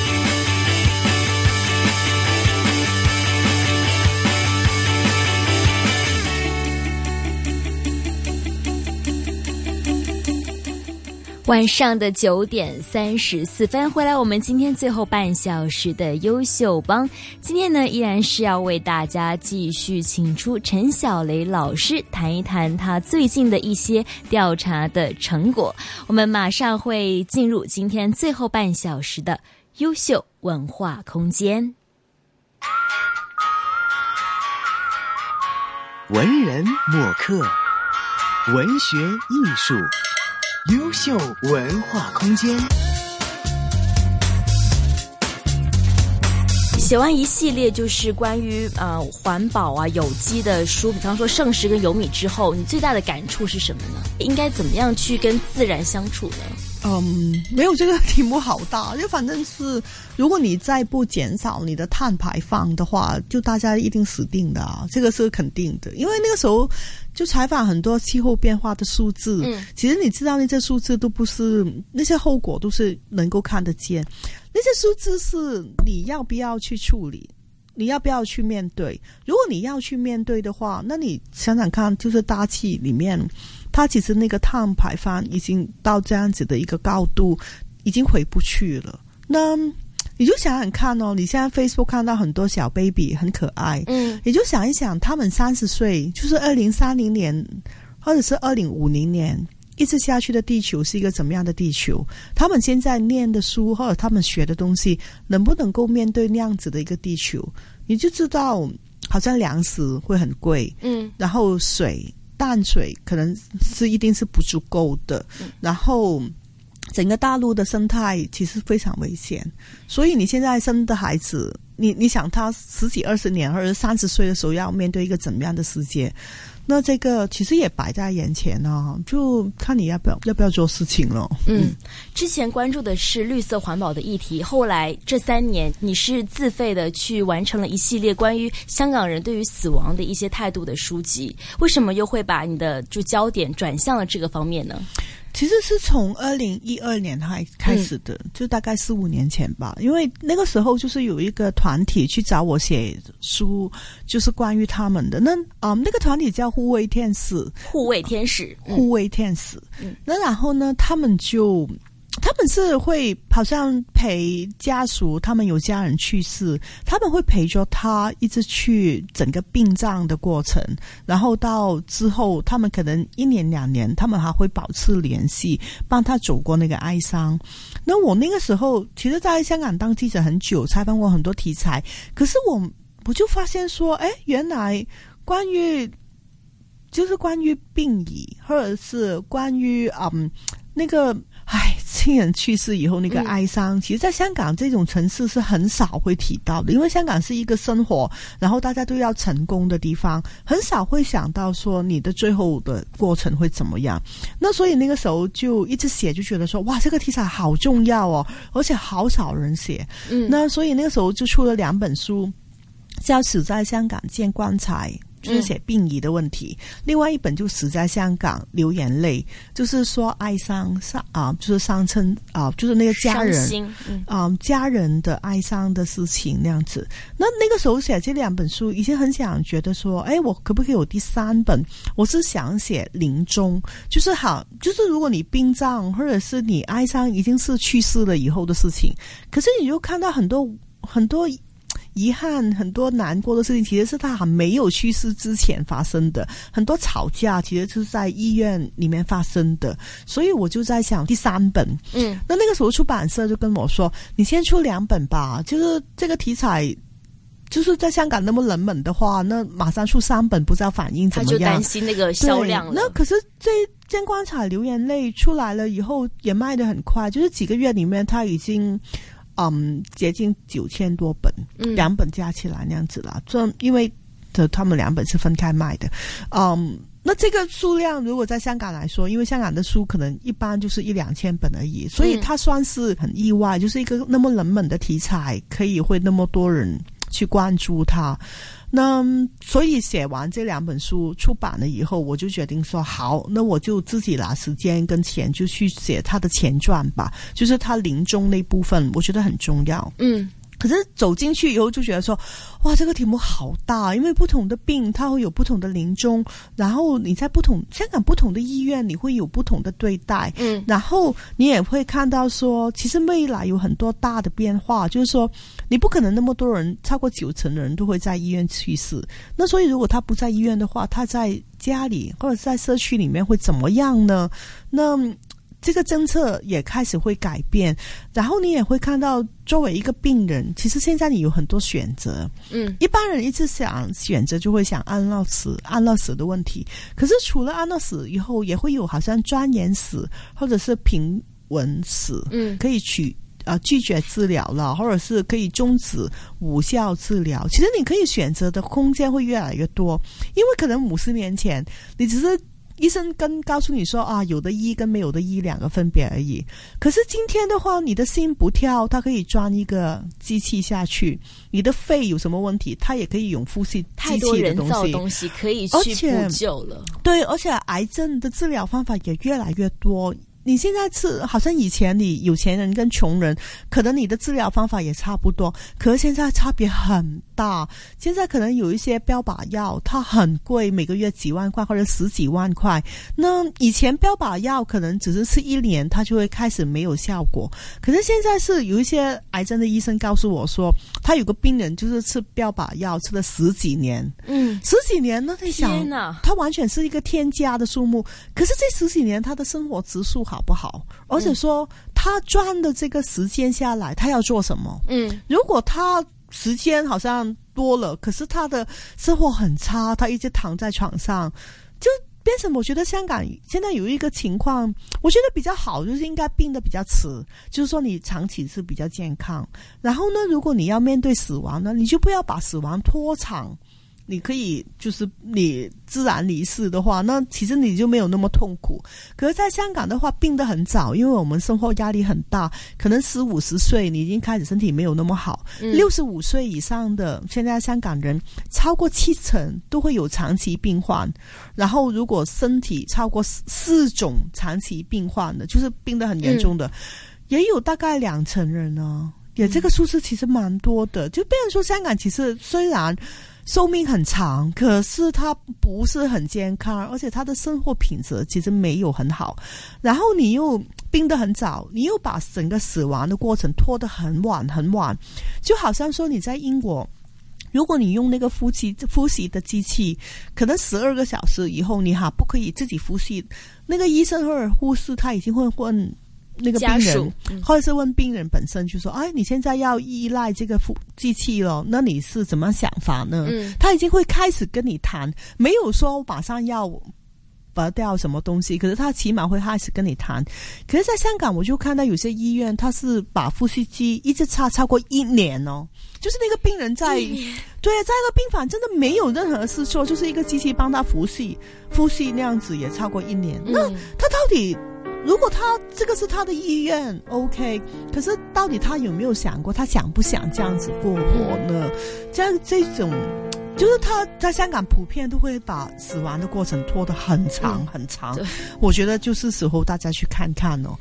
晚上的9點34分，回來我們今天最後半小時的優秀幫。今天呢，依然是要為大家繼續請出陳小雷老師談一談他最近的一些調查的成果。我們馬上會進入今天最後半小時的優秀文化空間。 文人墨客，文學藝術，優秀文化空間。 寫完一系列就是關於環保啊有機的書，比方說剩食跟有米之後，你最大的感觸是什麼呢？應該怎麼樣去跟自然相處呢？ 沒有，這個題目好大，就反正是如果你再不減少你的碳排放的話，就大家一定死定的啊，這個是肯定的。因為那個時候就採訪很多氣候變化的數字，其實你知道那些數字都不是，那些後果都是能夠看得見，那些數字是你要不要去處理，你要不要去面對。如果你要去面對的話，那你想想看，就是大氣裡面它其實那個碳排放已經到這樣子的一個高度，已經回不去了。那你就想想看哦，你现在 Facebook 看到很多小 baby 很可爱，你就想一想，他们30岁，就是2030年或者是2050年一直下去的地球是一个怎么样的地球？他们现在念的书或者他们学的东西，能不能够面对那样子的一个地球？你就知道，好像粮食会很贵，然后淡水可能是一定是不足够的，然后整个大陆的生态其实非常危险，所以你现在生的孩子，你想他10几20年或者30岁的时候要面对一个怎么样的世界？那这个其实也摆在眼前啊，就看你要不要做事情了。 之前关注的是绿色环保的议题，后来这3年你是自费的去完成了一系列关于香港人对于死亡的一些态度的书籍，为什么又会把你的就焦点转向了这个方面呢？ 其实是从2012年开始的，就大概4-5年前吧。因为那个时候就是有一个团体去找我写书，就是关于他们的。那个团体叫护卫天使。那然后呢，他们是会好像陪家属，他们有家人去世，他们会陪着他一直去整个殡葬的过程，然后到之后他们可能1年2年他们还会保持联系，帮他走过那个哀伤。那我那个时候其实在香港当记者很久，采访过很多题材，可是我就发现说，原来关于病仪，或者是关于那个亲人去世以后那个哀伤，其实在香港这种城市是很少会提到的，因为香港是一个生活然后大家都要成功的地方，很少会想到说你的最后的过程会怎么样。那所以那个时候就一直写，就觉得说哇，这个题材好重要哦，而且好少人写。那所以那个时候就出了2本书，叫《死在香港见棺材》，就是写病仪的问题，另外一本就死在香港流眼泪，就是说哀伤就是伤称就是那个家人家人的哀伤的事情那样子。那个时候写这2本书，以前很想觉得说，我可不可以有第3本？我是想写临终，就是如果你殡葬或者是你哀伤已经是去世了以后的事情，可是你就看到很多遗憾，很多难过的事情，其实是他还没有去世之前发生的，很多吵架其实是在医院里面发生的。所以我就在想第3本。那个时候出版社就跟我说，你先出2本吧，就是这个题材就是在香港那么冷门的话，那马上出3本不知道反应怎么样， 他就担心那个销量了。 那可是这见棺材流眼泪出来了以后也卖得很快，就是几个月里面他已经接近9000多本，2本加起来那样子啦。因为他们2本是分开卖的，那这个数量如果在香港来说，因为香港的书可能一般就是1-2千本而已，所以它算是很意外，就是一个那么冷门的题材，可以会那么多人去关注它。那所以写完这2本书出版了以后，我就决定说好，那我就自己拿时间跟钱就去写他的前传吧，就是他临终那部分我觉得很重要。可是走进去以后就觉得说，哇，这个题目好大，因为不同的病它会有不同的临终，然后你在香港不同的医院你会有不同的对待，然后你也会看到说，其实未来有很多大的变化，就是说你不可能那么多人，超过90%的人都会在医院去世，那所以如果他不在医院的话，他在家里或者在社区里面会怎么样呢？那这个政策也开始会改变，然后你也会看到作为一个病人，其实现在你有很多选择。一般人一直想选择就会想安乐死的问题，可是除了安乐死以后，也会有好像专研死或者是平稳死，可以拒绝治疗了，或者是可以终止无效治疗。其实你可以选择的空间会越来越多，因为可能50年前你只是医生告诉你说有的医跟没有的医2个分别而已。可是今天的话，你的心不跳，它可以装一个机器下去；你的肺有什么问题，它也可以用呼吸机器的东西。太多人造东西可以去补救了。 对，而且癌症的治疗方法也越来越多。 你现在吃，好像以前你有钱人跟穷人，可能你的治疗方法也差不多，可是现在差别很大。现在可能有一些标靶药，它很贵，每个月几万块或者10几万块。那以前标靶药可能只是吃1年，它就会开始没有效果。可是现在是有一些癌症的医生告诉我说，他有个病人就是吃标靶药吃了10几年，10几年呢，他想，他完全是一个添加的数目。可是这10几年他的生活质素好不好？而且说他赚的这个时间下来，他要做什么？如果他时间好像多了，可是他的生活很差，他一直躺在床上，就变成我觉得香港现在有一个情况，我觉得比较好，就是应该病得比较迟，就是说你长期是比较健康。然后呢，如果你要面对死亡呢，你就不要把死亡拖长。你可以就是你自然离世的话，那其实你就没有那么痛苦。可是在香港的话，病得很早，因为我们生活压力很大，可能40-50岁你已经开始身体没有那么好。65岁以上的现在香港人超过70%都会有长期病患，然后如果身体超过4种长期病患的，就是病得很严重的，也有大概20%人呢。也这个数字其实蛮多的，就变成说香港其实虽然寿命很长，可是它不是很健康，而且它的生活品质其实没有很好。然后你又病得很早，你又把整个死亡的过程拖得很晚很晚，就好像说你在英国，如果你用那个呼吸的机器，可能12个小时以后你不可以自己呼吸，那个医生或者护士他已经会问那个病人，或者是问病人本身，就说哎，你现在要依赖这个机器了，那你是怎么想法呢？他已经会开始跟你谈，没有说马上要拔掉什么东西，可是他起码会开始跟你谈。可是在香港我就看到有些医院他是把呼吸机一直插超过1年哦，就是那个病人在那个病房真的没有任何事做，就是一个机器帮他呼吸那样子也超过1年。那他到底如果他这个是他的意愿 OK， 可是到底他有没有想过他想不想这样子过活呢？这种就是他在香港普遍都会把死亡的过程拖得很长很长，我觉得就是时候大家去看看哦。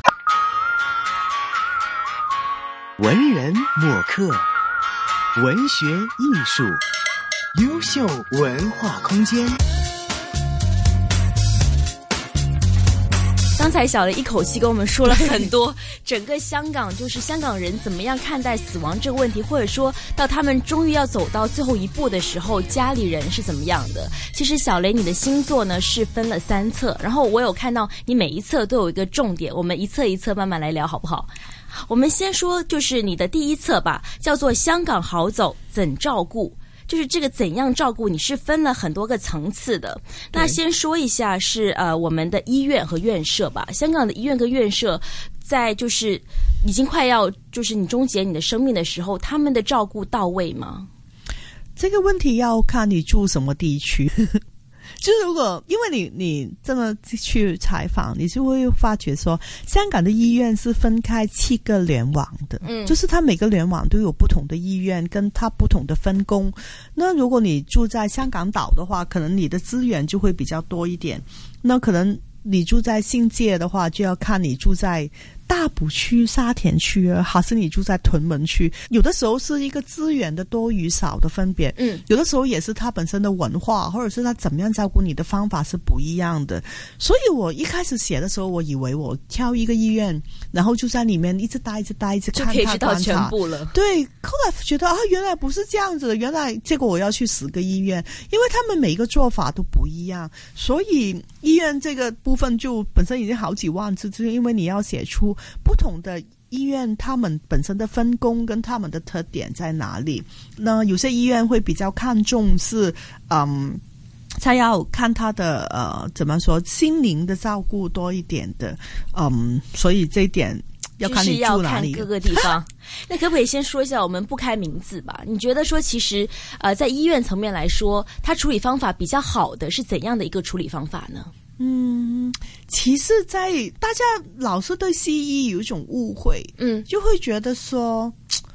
文人墨客，文学艺术，优秀文化空间。 刚才小雷一口气跟我们说了很多整个香港，就是香港人怎么样看待死亡这个问题，或者说到他们终于要走到最后一步的时候，家里人是怎么样的。其实小雷你的星座呢是分了3册，然后我有看到你每一册都有一个重点，我们一册一册慢慢来聊好不好？我们先说就是你的第1册吧，叫做香港好走怎照顾，就是这个怎样照顾你是分了很多个层次的。那先说一下是我们的医院和院舍吧。香港的医院跟院舍在就是已经快要就是你终结你的生命的时候，他们的照顾到位吗？ 这个问题要看你住什么地区就是如果因为你这么去采访，你就会发觉说香港的医院是分开7个联网的，就是它每个联网都有不同的医院跟它不同的分工。那如果你住在香港岛的话，可能你的资源就会比较多一点，那可能你住在新界的话，就要看你住在大埔区、沙田区还是你住在屯门区，有的时候是一个资源的多与少的分别，有的时候也是它本身的文化，或者是它怎么样照顾你的方法是不一样的。所以我一开始写的时候，我以为我挑一个医院，然后就在里面一直待一直看它，就可以知道全部了。 对，后来觉得原来不是这样子的，原来结果我要去10个医院，因为他们每一个做法都不一样，所以医院这个部分就本身已经好几万字，就是因为你要写出不同的医院他们本身的分工跟他们的特点在哪里。那有些医院会比较看重是他要看他的怎么说心灵的照顾多一点的，所以这一点要看你住哪里， 就是要看各个地方那可不可以先说一下，我们不开名字吧，你觉得说其实在医院层面来说，他处理方法比较好的是怎样的一个处理方法呢？ 其实在大家老是对西医有一种误会，就会觉得说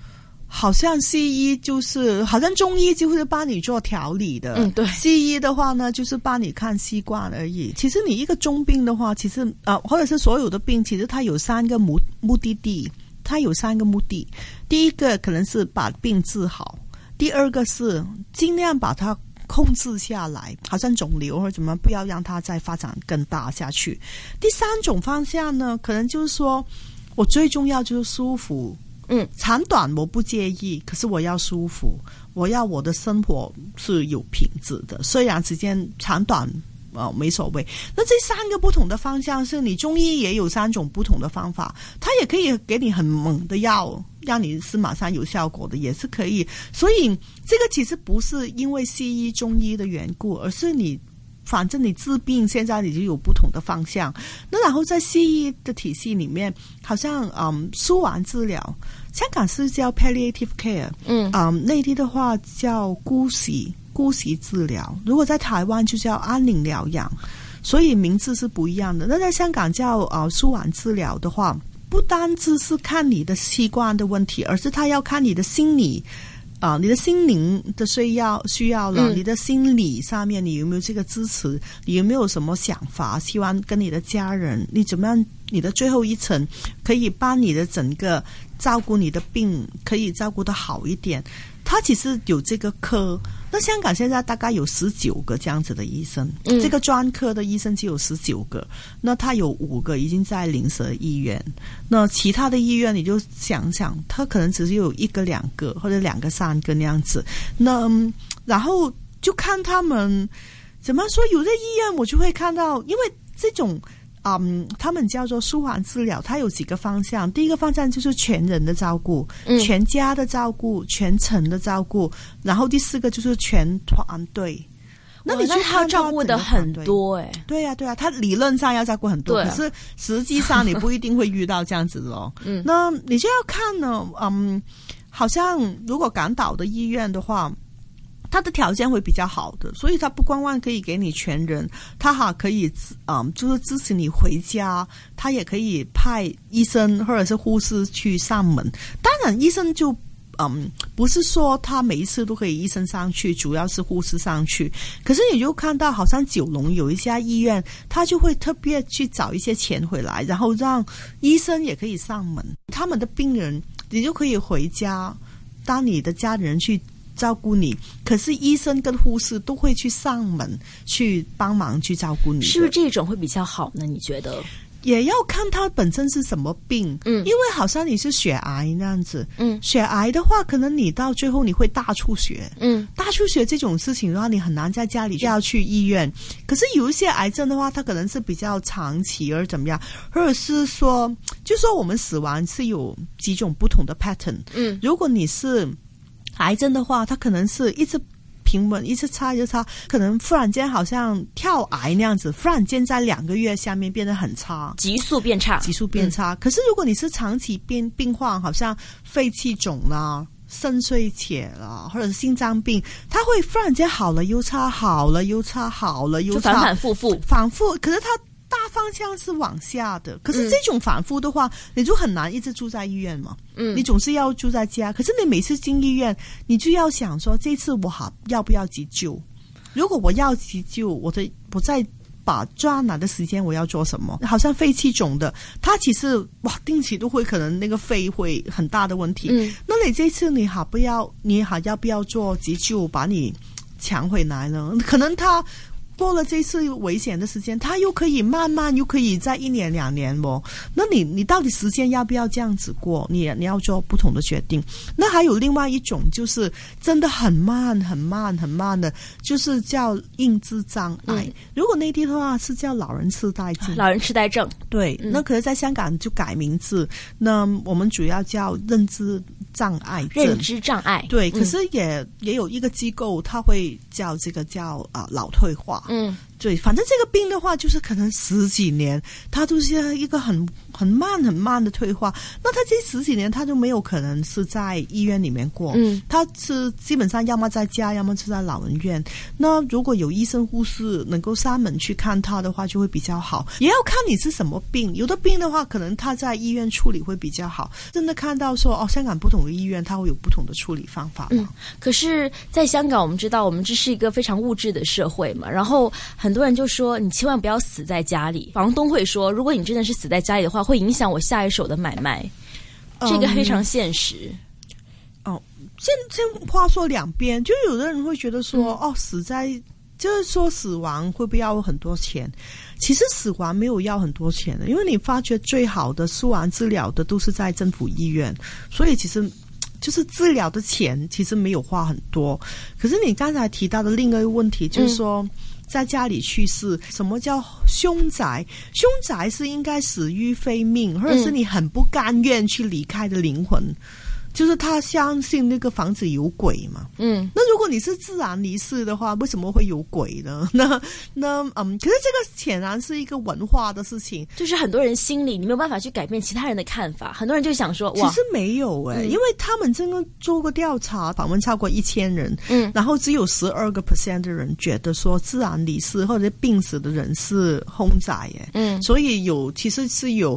好像西医就是好像中医就是帮你做调理的， 对。 西医的话呢，就是帮你看习惯而已。其实你一个中病的话，其实或者是所有的病，其实它有3个目的地，它有3个目的。第一个可能是把病治好，第二个是尽量把它控制下来，好像肿瘤或者怎么，不要让它再发展更大下去。第3种方向呢，可能就是说我最重要就是舒服。长短我不介意，可是我要舒服，我要我的生活是有品质的，虽然时间长短没所谓。那这3个不同的方向是你中医也有3种不同的方法，它也可以给你很猛的药让你是马上有效果的，也是可以。所以这个其实不是因为西医中医的缘故，而是你反正你治病现在你就有不同的方向。那然后在西医的体系里面，好像输完治疗，香港是叫 palliative care， 内地的话叫姑息治疗，如果在台湾就叫安宁疗养，所以名字是不一样的。那在香港叫输完治疗的话，不单只是看你的器官的问题，而是他要看你的心理你的心灵的需要了，你的心理上面你有没有这个支持，你有没有什么想法，希望跟你的家人，你怎么样，你的最后一层可以帮你的整个照顾你的病可以照顾得好一点。他其实有这个科，那香港现在大概有19个这样子的医生，这个专科的医生只有19个，那他有5个已经在临时医院，那其他的医院你就想想，他可能只是有1个2个或者2个3个那样子。那然后就看他们怎么说，有的医院我就会看到，因为这种他们叫做舒缓治疗，它有几个方向。第一个方向就是全人的照顾，全家的照顾，全程的照顾，然后第4个就是全团队。那你就他要照顾的很多对啊，他理论上要照顾很多，可是实际上你不一定会遇到这样子咯。那你就要看呢，好像如果港岛的医院的话，他的条件会比较好的，所以他不光光可以给你全人，他还可以就是支持你回家，他也可以派医生或者是护士去上门。当然医生就不是说他每一次都可以医生上去，主要是护士上去。可是你就看到好像九龙有一家医院，他就会特别去找一些钱回来，然后让医生也可以上门，他们的病人你就可以回家，当你的家人去照顾你，可是医生跟护士都会去上门去帮忙去照顾你。 是不是这种会比较好呢？你觉得？ 也要看他本身是什么病，因为好像你是血癌那样子，血癌的话，可能你到最后你会大出血，大出血这种事情的话，你很难在家里就要去医院。可是有一些癌症的话，它可能是比较长期而怎么样，或者是说，就说我们死亡是有几种不同的 pattern，如果你是癌症的话，它可能是一直平稳，一直差，可能忽然间好像跳癌那样子，忽然间在2个月下面变得很差， 急速变差。 可是如果你是长期病患，好像肺气肿啦、肾衰竭啦，或者是心脏病，它会忽然间好了又差，好了又差，好了又差， 就反复。 可是它大方向是往下的，可是这种反复的话，你就很难一直住在医院嘛。你总是要住在家，可是你每次进医院，你就要想说，这次我要不要急救？如果我要急救，我再把抓拿的时间我要做什么？好像肺气肿的，它其实定期都会可能那个肺会很大的问题。那你这次你还要不要做急救，把你抢回来呢？可能他过了这次危险的时间，他又可以慢慢又可以在1年2年哦。那你到底时间要不要这样子过？你要做不同的决定。那还有另外一种就是真的很慢的，就是叫认知障碍。如果内地的话是叫老人痴呆症。对，那可是在香港就改名字，那我们主要叫认知障碍症。对，可是也有一个机构，它会叫这个叫脑退化。 对，反正这个病的话，就是可能10几年，它都是一个很慢的退化。那他这10几年，他就没有可能是在医院里面过，他是基本上要么在家，要么是在老人院。那如果有医生护士能够上门去看他的话，就会比较好。也要看你是什么病，有的病的话，可能他在医院处理会比较好。真的看到说香港不同的医院，它会有不同的处理方法嘛。 可是，在香港，我们知道我们这是一个非常物质的社会嘛，然后很多人就说你千万不要死在家里。房东会说，如果你真的是死在家里的话，会影响我下一手的买卖，这个非常现实。 先话说两边，就有的人会觉得说，就是说死亡会不会要很多钱？其实死亡没有要很多钱的，因为你发觉最好的死亡治疗的都是在政府医院，所以其实就是治疗的钱其实没有花很多。可是你刚才提到的另一个问题就是说，在家里去世，什么叫凶宅？凶宅是应该死于非命，或者是你很不甘愿去离开的灵魂。就是他相信那个房子有鬼嘛，那如果你是自然离世的话，为什么会有鬼呢？可是这个显然是一个文化的事情， 就是很多人心里你没有办法去改变其他人的看法，很多人就想说，哇， 其实没有因为他们真的做过调查，访问超过1000人，然后只有12% 的人觉得说自然离世或者病死的人是凶宅所以其实是有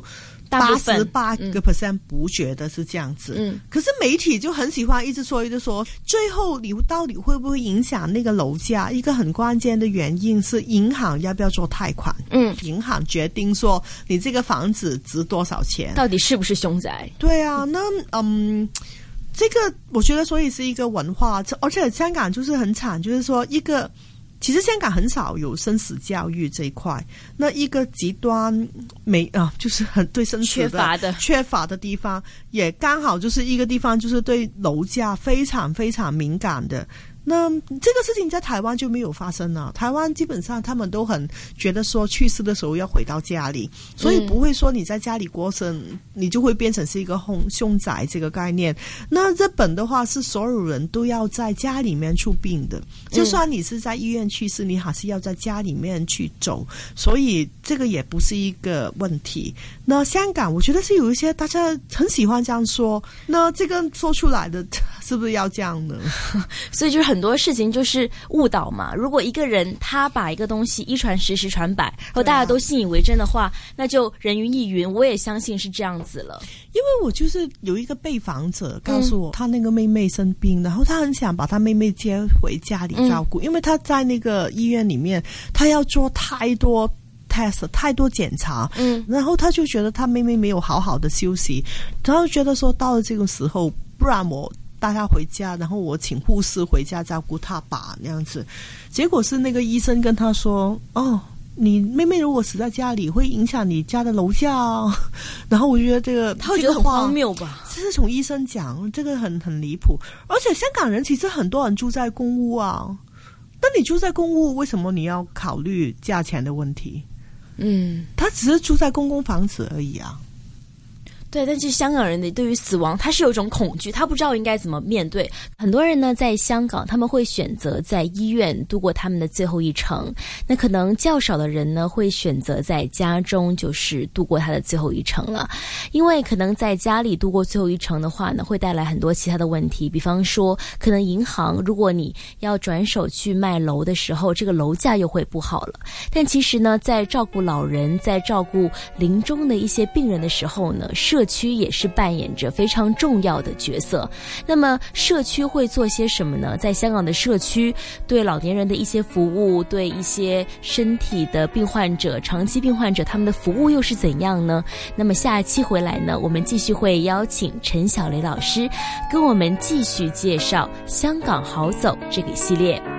88% 不觉得是这样子，可是媒体就很喜欢一直说，最后你到底会不会影响那个楼价？一个很关键的原因是银行要不要做贷款，银行决定说你这个房子值多少钱， 到底是不是凶宅？ 对啊，那这个我觉得所以是一个文化，而且香港就是很惨，就是说其实香港很少有生死教育这一块，那一个极端就是很对生死缺乏的地方，也刚好就是一个地方就是对楼价非常非常敏感的。那这个事情在台湾就没有发生了，台湾基本上他们都很觉得说去世的时候要回到家里，所以不会说你在家里过生你就会变成是一个凶宅这个概念。那日本的话是所有人都要在家里面出殡的，就算你是在医院去世，你还是要在家里面去走，所以这个也不是一个问题。那香港我觉得是有一些大家很喜欢这样说，那这个说出来的是不是要这样呢？ 所以就是很多事情就是误导嘛。如果一个人他把一个东西一传十，十传百，然后大家都信以为真的话，那就人云亦云。我也相信是这样子了。 因为我就是有一个被访者告诉我，他那个妹妹生病，然后他很想把他妹妹接回家里照顾，因为他在那个医院里面，他要做太多test 太多检查，然后他就觉得他妹妹没有好好的休息，然后觉得说到了这个时候，不然我带他回家，然后我请护士回家照顾他吧，那样子。结果是那个医生跟他说，你妹妹如果死在家里会影响你家的楼价然后我觉得他会觉得很荒谬吧， 这是从医生讲，这个很离谱。而且香港人其实很多人住在公屋啊，那你住在公屋为什么你要考虑价钱的问题？他只是住在公共房子而已啊。 对，但是香港人对于死亡他是有一种恐惧，他不知道应该怎么面对。很多人呢在香港他们会选择在医院度过他们的最后一程，那可能较少的人呢会选择在家中就是度过他的最后一程了。因为可能在家里度过最后一程的话呢，会带来很多其他的问题，比方说可能银行如果你要转手去卖楼的时候，这个楼价又会不好了。但其实呢在照顾老人，在照顾临终的一些病人的时候呢，社区也是扮演着非常重要的角色。那么社区会做些什么呢？在香港的社区对老年人的一些服务，对一些身体的病患者、长期病患者，他们的服务又是怎样呢？那么下一期回来呢，我们继续会邀请陈小雷老师跟我们继续介绍香港好走这个系列。